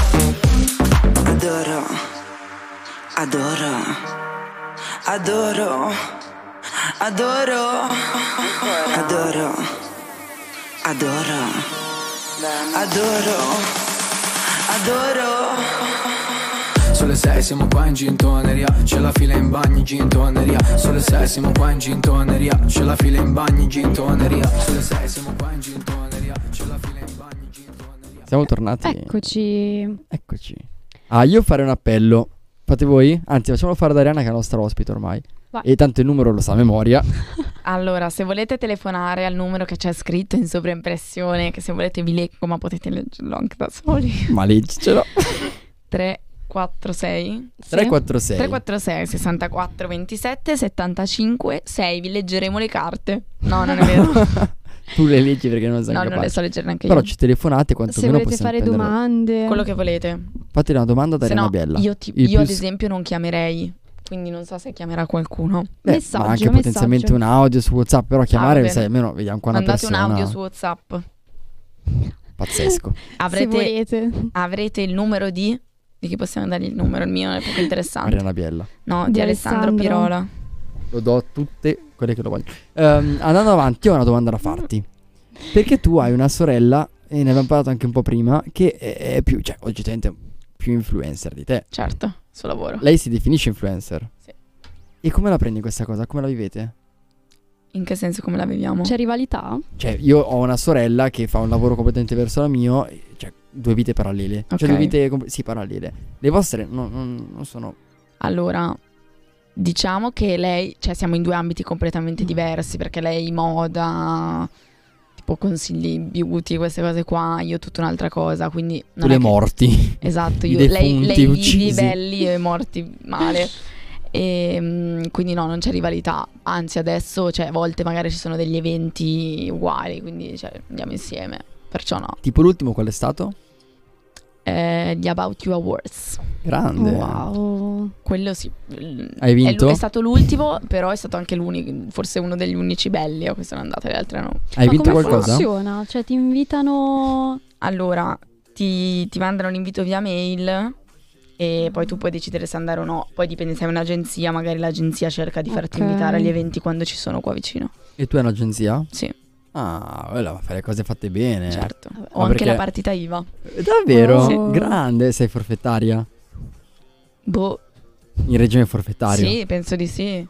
Adoro, adoro, adoro, adoro, adoro, adoro, adoro, adoro. Sulle sei siamo qua in gintoneria, c'è la fila in bagno in gintoneria. Sulle sei siamo qua in gintoneria, c'è la fila in bagno in gintoneria. Sulle sei siamo qua in gintoneria, c'è la fila in bagno in gintoneria. Siamo tornati. Eccoci. Eccoci. Ah, io farei un appello. Fate voi? Anzi, facciamolo fare ad Arianna che è la nostra ospite ormai. Vai. E tanto il numero lo sa a memoria. Allora, se volete telefonare al numero che c'è scritto in sovraimpressione, che se volete vi leggo, ma potete leggerlo anche da soli. Ma leggicelo. tre quattro sei tre quattro sei tre quattro sei sessantaquattro ventisette settantacinque sei. Vi leggeremo le carte. No, non è vero. Tu le leggi perché non sei No, capace. non le so leggere neanche Però io. ci telefonate Se quantomeno volete possiamo fare prendere- domande. Quello che volete. Fate una domanda da Se Ariana no, Biella. io, ti- Il io ad più- esempio non chiamerei. Quindi non so se chiamerà qualcuno. Beh, Messaggio, ma anche messaggio. potenzialmente un audio su WhatsApp. Però chiamare, Ah, va sai, bene. almeno vediamo qua una Mandate persona. un audio su WhatsApp. Pazzesco. Avrete, Se volete. avrete il numero di... Di chi possiamo dargli il numero? Il mio è poco interessante. Ariana Biella. No, di, Di Alessandro, Alessandro. Pirola. Lo do a tutte quelle che lo vogliono. Ehm, andando avanti, ho una domanda da farti. Perché tu hai una sorella, e ne abbiamo parlato anche un po' prima, che è, è più, cioè, oggettivamente più influencer di te. Certo, suo lavoro. Lei si definisce influencer. Sì. E come la prendi questa cosa? Come la vivete? In che senso, come la viviamo? C'è rivalità? Cioè, io ho una sorella che fa un lavoro completamente diverso dal mio, e- cioè, due vite parallele. Ok. Cioè, due vite, com- sì, parallele. Le vostre non, non- non sono... Allora, diciamo che lei, cioè siamo in due ambiti completamente diversi, perché lei moda, tipo consigli beauty, queste cose qua, io tutta un'altra cosa, quindi Tu non le è che- morti. Esatto, I io, lei, defunti lei vivi uccisi. belli e morti male. E mm, quindi no, non c'è rivalità. Anzi, adesso, cioè, a volte magari ci sono degli eventi uguali, quindi cioè, andiamo insieme. Perciò no. Tipo l'ultimo qual è stato? Eh, gli About You Awards. Grande. Wow. Quello sì. Hai vinto? È, è stato l'ultimo, però è stato anche l'unico, forse uno degli unici belli a cui sono andate, le altre no. Hai Ma vinto come qualcosa? funziona? Cioè ti invitano... Allora, ti, ti mandano l'invito via mail e poi tu puoi decidere se andare o no. Poi dipende se hai un'agenzia, magari l'agenzia cerca di farti Ok. invitare agli eventi quando ci sono qua vicino. E tu hai un'agenzia? Sì, Ah, quella fai le cose fatte bene. certo. Ho Ma anche perché- la partita I V A. Eh, Davvero? Sì. Grande, sei forfettaria? Boh, In regime forfettario? sì, penso di sì.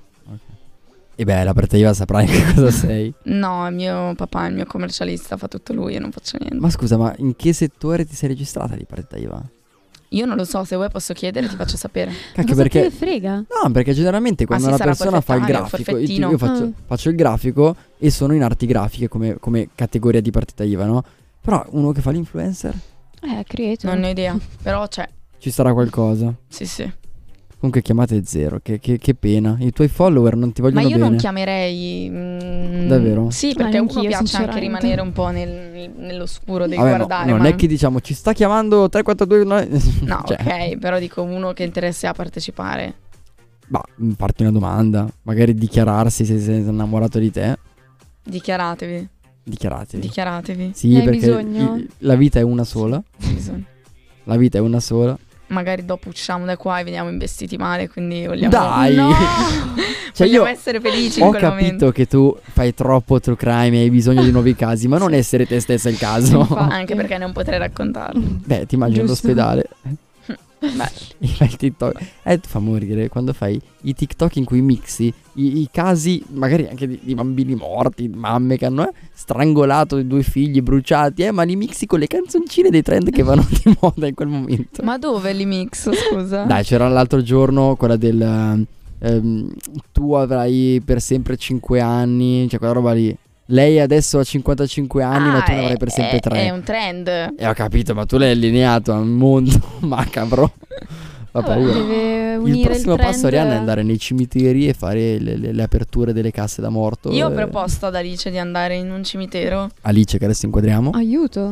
E beh, la partita I V A saprai che cosa sei. No, il mio papà è il mio commercialista, fa tutto lui e non faccio niente. Ma scusa, ma in che settore ti sei registrata di partita I V A? Io non lo so, se vuoi posso chiedere, ti faccio sapere. Cacchio, Cosa perché... te ne frega? No, perché generalmente quando sì, una sarà persona fa il forfettario, grafico, io, forfettino. io faccio, Ah. faccio il grafico e sono in arti grafiche come, come categoria di partita I V A, no? Però uno che fa l'influencer, Eh, credo. Non ne ho idea, però c'è. ci sarà qualcosa. Sì, sì. Comunque chiamate zero, che, che- che pena. I tuoi follower non ti Ma vogliono io bene. non chiamerei. mm, Davvero? Sì, perché a uno neanch'io, piace anche sinceramente. rimanere un po' nel- nell'oscuro del Vabbè, no, guardare. non ma è che diciamo ci sta chiamando tre quattro due no, No, cioè, ok, però dico uno che interesse a partecipare. bah, farti una domanda, magari dichiararsi se sei innamorato di te. Dichiaratevi, Dichiaratevi. dichiaratevi. Sì, Ne hai perché bisogno? il- la vita è una sola. Bisogna. La vita è una sola. Magari dopo usciamo da qua e veniamo investiti male, quindi vogliamo. Dai! No! Cioè, vogliamo io essere felici in Ho quel capito momento. che tu fai troppo true crime e hai bisogno di nuovi casi, ma non essere te stessa il caso. Anche perché non potrei raccontarlo. Beh, ti immagino Giusto. all'ospedale. Beh, E fai il TikTok. Eh, ti fa morire quando fai i TikTok in cui mixi i, i casi, magari anche di, di bambini morti, mamme che hanno eh, strangolato i due figli bruciati, eh, ma li mixi con le canzoncine dei trend che vanno di moda in quel momento. ma dove li mix, scusa? Dai, c'era l'altro giorno quella del ehm, tu avrai per sempre cinque anni, cioè quella roba lì. Lei adesso ha cinquantacinque anni, ma tu ne avrai per sempre è, tre. è un trend. E ho capito, ma tu l'hai allineato a un mondo macabro. Fa Vabbè, paura. deve Il unire prossimo trend- passo, Arianna, è andare nei cimiteri e fare le, le- le aperture delle casse da morto. Io ho eh. proposto ad Alice di andare in un cimitero. Alice, che adesso inquadriamo. Aiuto.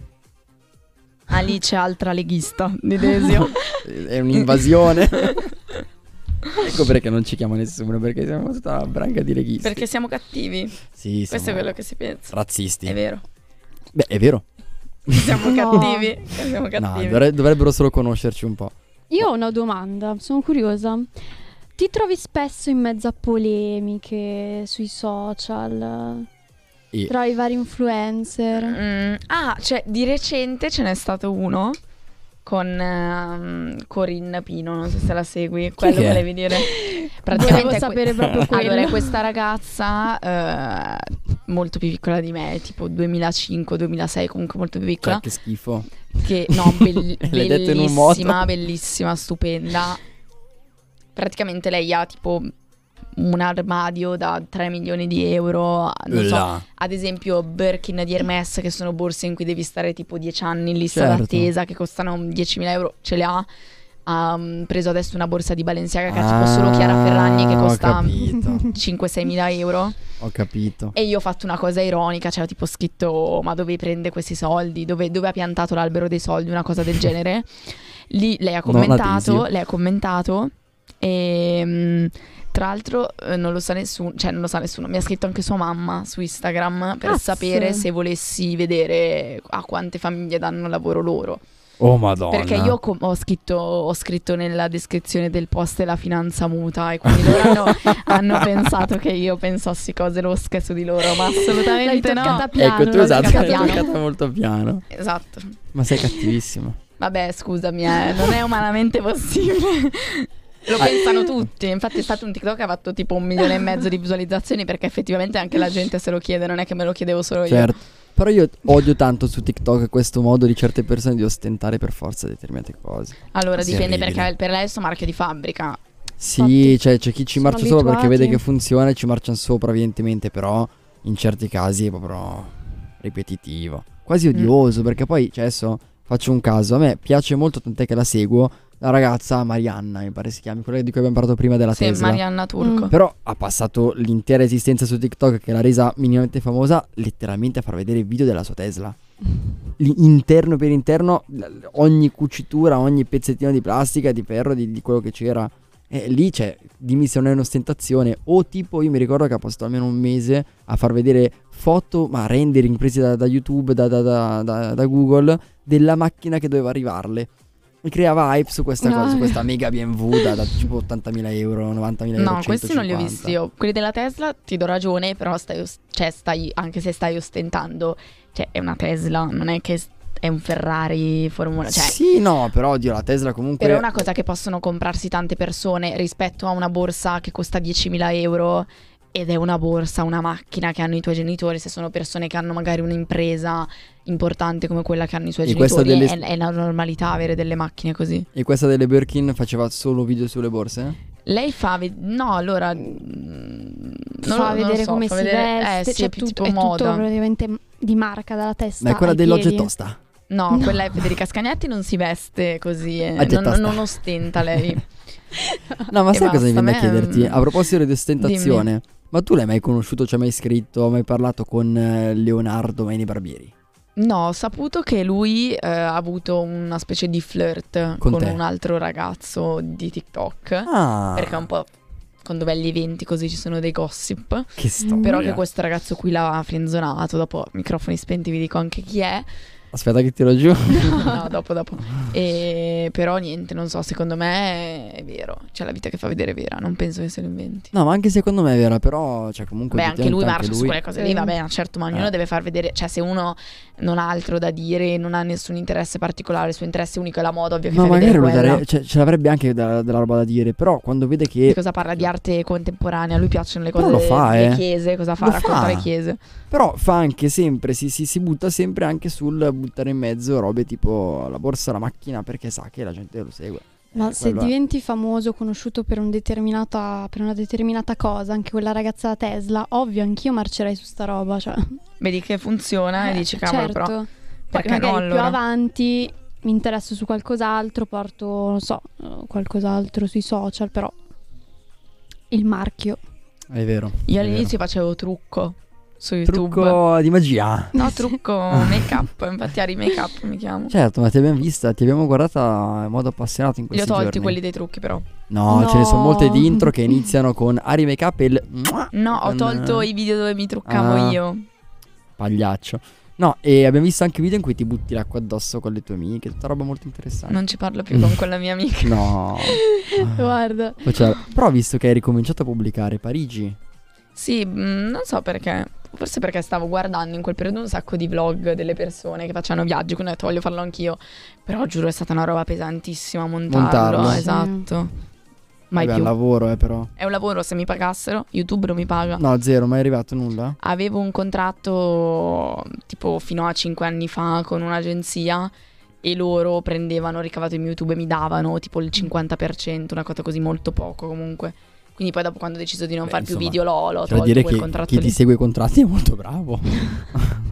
Alice, altra leghista di Desio. È un'invasione. Ecco perché non ci chiama nessuno, perché siamo tutta una branca di leghisti. Perché siamo cattivi. Sì, Questo siamo è quello che si pensa. razzisti. È vero. Beh, è vero. Siamo No. cattivi. Siamo No, cattivi. dovre- dovrebbero solo conoscerci un po'. Io ho una domanda, sono curiosa. Ti trovi spesso in mezzo a polemiche sui social E tra i vari influencer? Mm, ah, cioè di recente ce n'è stato uno con ehm, Corinne Pino, non so se la segui. Quello che è? volevi dire? Volevo è que- sapere proprio quello. Allora, è questa ragazza eh, molto più piccola di me, tipo duemilacinque duemilasei, comunque molto più piccola. cioè, che schifo. Che no, bell- L'hai detto in un modo. bellissima, bellissima, stupenda. Praticamente lei ha tipo un armadio da tre milioni di euro. Non so, Là. ad esempio Birkin di Hermès, che sono borse in cui devi stare tipo dieci anni in lista Certo. d'attesa, che costano diecimila euro, ce le ha. ha um, preso adesso una borsa di Balenciaga che ha tipo solo Chiara Ferragni che Ah, ho costa capito. cinque sei mila euro. Ho capito. E io ho fatto una cosa ironica, cioè ho tipo scritto ma dove prende questi soldi? Dove, dove ha piantato l'albero dei soldi? Una cosa del genere. Lì lei ha commentato, Adesio. lei ha commentato e mh, tra l'altro eh, non lo sa nessuno, cioè non lo sa nessuno, mi ha scritto anche sua mamma su Instagram per Cazzo. sapere se volessi vedere a quante famiglie danno lavoro loro. Oh madonna. Perché io com- ho, scritto, ho scritto nella descrizione del post la finanza muta e quindi loro hanno, hanno pensato che io pensassi cose losche su di loro, ma L'hai assolutamente no. toccata piano. Ecco, tu l'hai esatto, toccata l'hai piano. toccata molto piano. Esatto. Ma sei cattivissima. Vabbè, scusami, eh, non è umanamente possibile. Lo pensano tutti. Infatti è stato un TikTok che ha fatto tipo un milione e mezzo di visualizzazioni perché effettivamente anche la gente se lo chiede, non è che me lo chiedevo solo io. Certo. Però io odio tanto su TikTok questo modo di certe persone di ostentare per forza determinate cose. Allora Sì, dipende orribile. perché per lei è sto marchio di fabbrica. Sì, Infatti, cioè c'è chi ci sono marcia sopra perché vede abituati. che funziona e ci marciano sopra evidentemente, però in certi casi è proprio ripetitivo, quasi odioso, perché poi, cioè adesso faccio un caso, a me piace molto, tant'è che la seguo, la ragazza Marianna, mi pare si chiami, quella di cui abbiamo parlato prima della Sì, Tesla. Marianna Turco. Mm. Però ha passato l'intera esistenza su TikTok che l'ha resa minimamente famosa letteralmente a far vedere il video della sua Tesla. Lì, interno per interno, l- ogni cucitura, ogni pezzettino di plastica, di ferro, di, di quello che c'era. E lì c'è, dimmi se non è un'ostentazione. O tipo, io mi ricordo che ha passato almeno un mese a far vedere foto, ma rendering presi da, da YouTube, da, da, da, da, da Google, della macchina che doveva arrivarle. E creava hype su questa cosa, su questa mega B M W da, da tipo ottantamila euro, novantamila euro. No, questi non li ho centocinquanta. visti io. Quelli della Tesla ti do ragione, però stai, os- cioè stai, anche se stai ostentando, cioè è una Tesla, non è che s- è un Ferrari Formula, cioè Sì, no, però oddio, la Tesla comunque però è una cosa che possono comprarsi tante persone rispetto a una borsa che costa diecimila euro ed è una borsa, una macchina che hanno i tuoi genitori, se sono persone che hanno magari un'impresa importante come quella che hanno i suoi E questa genitori, delle- è, è la normalità avere delle macchine così. E questa delle Birkin faceva solo video sulle borse? Lei fa, ved- no allora mm, non Fa lo- non lo vedere so, come fa si vedere- veste, eh, sì, cioè è più tutto, tipo è tutto moda. praticamente di marca dalla testa Ma è quella ai dell'oggi piedi. tosta. No, No. quella è Federica Scagnetti, non si veste così, eh, Ah, già non, tosta. non ostenta lei. No, ma E sai cosa mi basta, viene a a me, chiederti? mm, A proposito di ostentazione, ma tu l'hai mai conosciuto, ci hai mai scritto, hai mai parlato con eh, Leonardo Maini Barbieri? No, ho saputo che lui eh, ha avuto una specie di flirt Con con, te? un altro ragazzo di TikTok. Ah, Perché un po' quando vai agli eventi così ci sono dei gossip. che storia. Però che questo ragazzo qui l'ha frenzonato. Dopo microfoni spenti vi dico anche chi è. Aspetta che tiro giù. No, dopo, dopo. E, però niente, non so, secondo me è vero. Cioè la vita che fa vedere è vera, non penso che se lo inventi. No, ma anche secondo me è vera, però cioè comunque Beh, anche lui effettivamente marcia su quelle cose lì, Sì. vabbè, certo, ma ognuno Eh. deve far vedere, cioè se uno non ha altro da dire, non ha nessun interesse particolare, il suo interesse unico è la moda, ovvio che No, fa magari vedere lo quella. dare- cioè, ce l'avrebbe anche da- della roba da dire, però quando vede Di che... cosa parla? Di arte contemporanea, a lui piacciono le Però cose lo fa, delle eh. chiese, cosa fa? Lo Racconta fa. le chiese. Però fa anche sempre, si, si, si butta sempre anche sul buttare in mezzo robe tipo la borsa, la macchina, perché sa che la gente lo segue. Ma Eh, se quello è. diventi famoso, conosciuto per, un determinata, per una determinata cosa, anche quella ragazza da Tesla, ovvio, anchio marcerei su sta roba, cioè. Vedi che funziona e Eh, dici cavolo, certo. però Poi perché magari no più allora? avanti mi interesso su qualcos'altro, porto, non so, eh, qualcos'altro sui social, però il marchio. È vero. Io è all'inizio facevo trucco su YouTube. Trucco di magia. No, trucco make up, infatti Ari Make Up mi chiamo. Certo, ma ti abbiamo vista, ti abbiamo guardata in modo appassionato in Li ho questi tolti giorni. quelli dei trucchi però. No, No. ce ne sono molte di intro che iniziano con Ari Makeup e il No, ho con, tolto eh, i video dove mi truccavo ah. io. pagliaccio. No, e abbiamo visto anche video in cui ti butti l'acqua addosso con le tue amiche, tutta roba molto interessante. Non ci parlo più con quella mia amica. No. Guarda. Poi c'era- Però ho visto che hai ricominciato a pubblicare Parigi. Sì, mm, non so perché. Forse perché stavo guardando in quel periodo un sacco di vlog delle persone che facevano viaggi, quindi ho detto voglio farlo anch'io. Però giuro è stata una roba pesantissima montarlo, Montarlo. Sì. esatto. Mai Vabbè, più. al lavoro, eh, però. È un lavoro, se mi pagassero, YouTube non mi paga. No, zero, mai arrivato nulla? Avevo un contratto tipo fino a cinque anni fa con un'agenzia e loro prendevano il ricavato di YouTube e mi davano tipo il cinquanta per cento, una cosa così molto poco comunque. Quindi poi dopo quando ho deciso di non Beh, far più insomma, video l'ho, l'ho C'è da tolto dire quel che contratto chi lì. ti segue i contratti è molto bravo.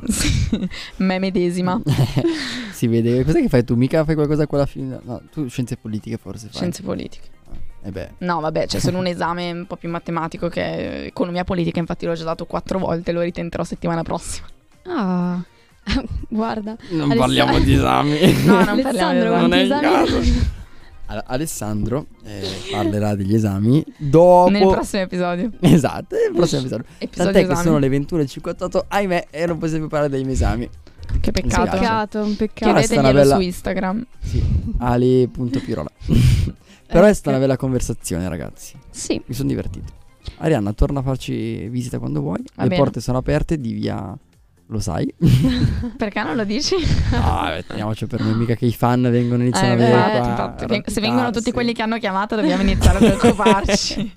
Sì, me medesima. Si vede. Cos'è che fai tu? Mica fai qualcosa con la fine? No, tu scienze politiche forse fai. Scienze politiche. Eh beh. No, vabbè, c'è solo un esame un po' più matematico che è economia politica, infatti l'ho già dato quattro volte, lo ritenterò settimana prossima. Ah, guarda. Non Aless- parliamo di esami. No, non parliamo di Alessandro, esami. Non è il esami- caso. Allora, Alessandro eh, parlerà degli esami dopo. Nel prossimo episodio. Esatto, nel prossimo episodio. Episodio Tant'è che esami. sono le ventuno e cinquantotto, ahimè, e non possiamo più parlare dei miei esami. Che peccato. Sì, Peccato, un peccato. Però è stata una Chiedeteglielo bella- su Instagram. Sì, ali punto pirola. Però è stata una bella conversazione, ragazzi. Sì. Mi sono divertito. Arianna, torna a farci visita quando vuoi. Va Le bene. porte sono aperte di via. Lo sai? Perché non lo dici? No, eh, teniamoci per noi, mica che i fan vengono e iniziano Eh, a vedere infatti, qua, infatti. a Ven- Se vengono tutti rompicarsi. quelli che hanno chiamato dobbiamo iniziare a preoccuparci.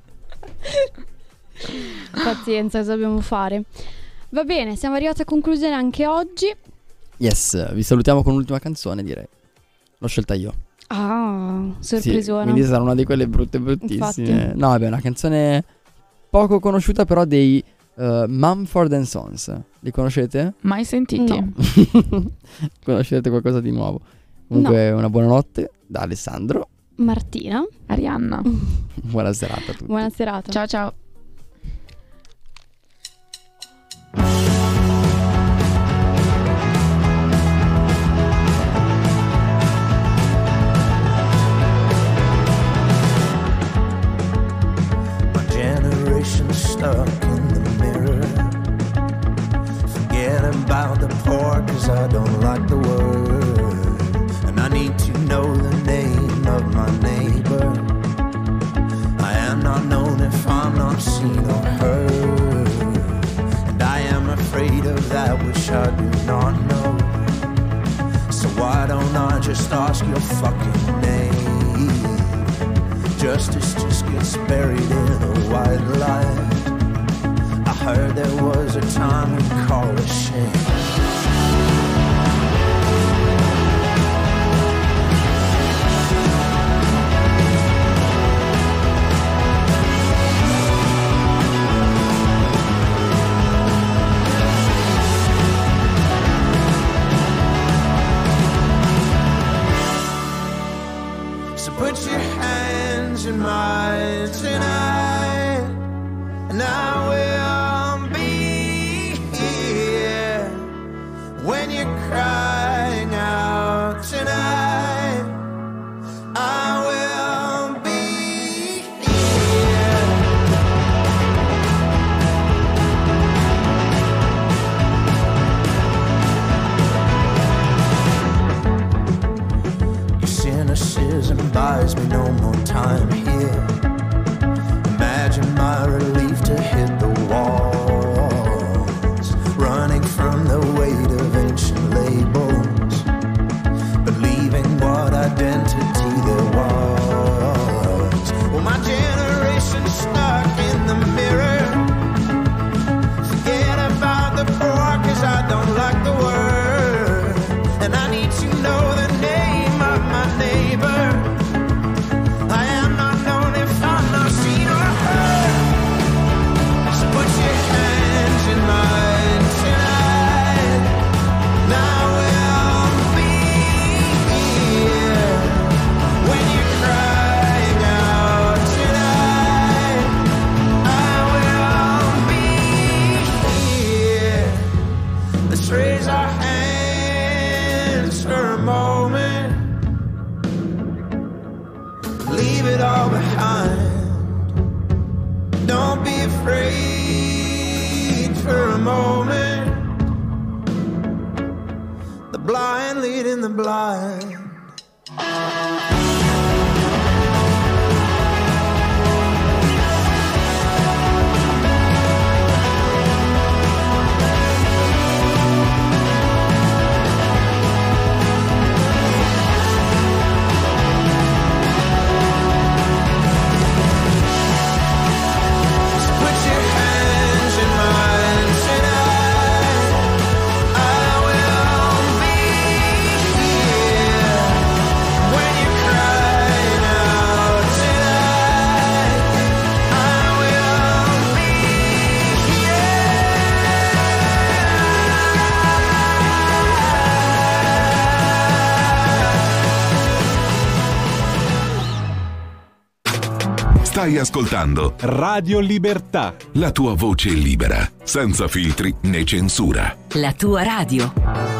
Pazienza, cosa dobbiamo fare? Va bene, siamo arrivati a conclusione anche oggi. Yes, vi salutiamo con l'ultima canzone, direi. L'ho scelta io. Ah, Sì, sorpresona. quindi sarà una di quelle brutte bruttissime. Infatti. No, vabbè, una canzone poco conosciuta però dei uh, Mumford and Sons. Li conoscete? Mai sentiti? No. Conoscete qualcosa di nuovo? Comunque una buona notte da Alessandro. Martina, Arianna. Buona serata a tutti. buona serata. Ciao ciao. My generation's stuck in the mirror. Forget about the poor, cause I don't like the word. And I need to know the name of my neighbor. I am not known if I'm not seen or heard. And I am afraid of that which I do not know. So why don't I just ask your fucking name? Justice just gets buried in a white light. I heard there was a time we call it shame. So put your hands in mine tonight, and I will be here when you're crying out tonight. I will be here. Your cynicism buys me no more time here. Imagine my relief to hit the walls, running from the weight of ancient labels, believing what identity there was. Well, my generation's stuck in the mirror. Forget about the poor, cause I don't like the word. And I need to know the name of my neighbor. I am not known if I'm not seen or heard. So put your hands in mine tonight. Now we'll be here when you're crying out tonight. I will be here. Let's raise our hands for a moment. Leave it all behind. Don't be afraid for a moment. The blind leading the blind. Put your hands in mine tonight. I will be here Stai ascoltando Radio Libertà. la tua voce libera, senza filtri né censura. La tua radio.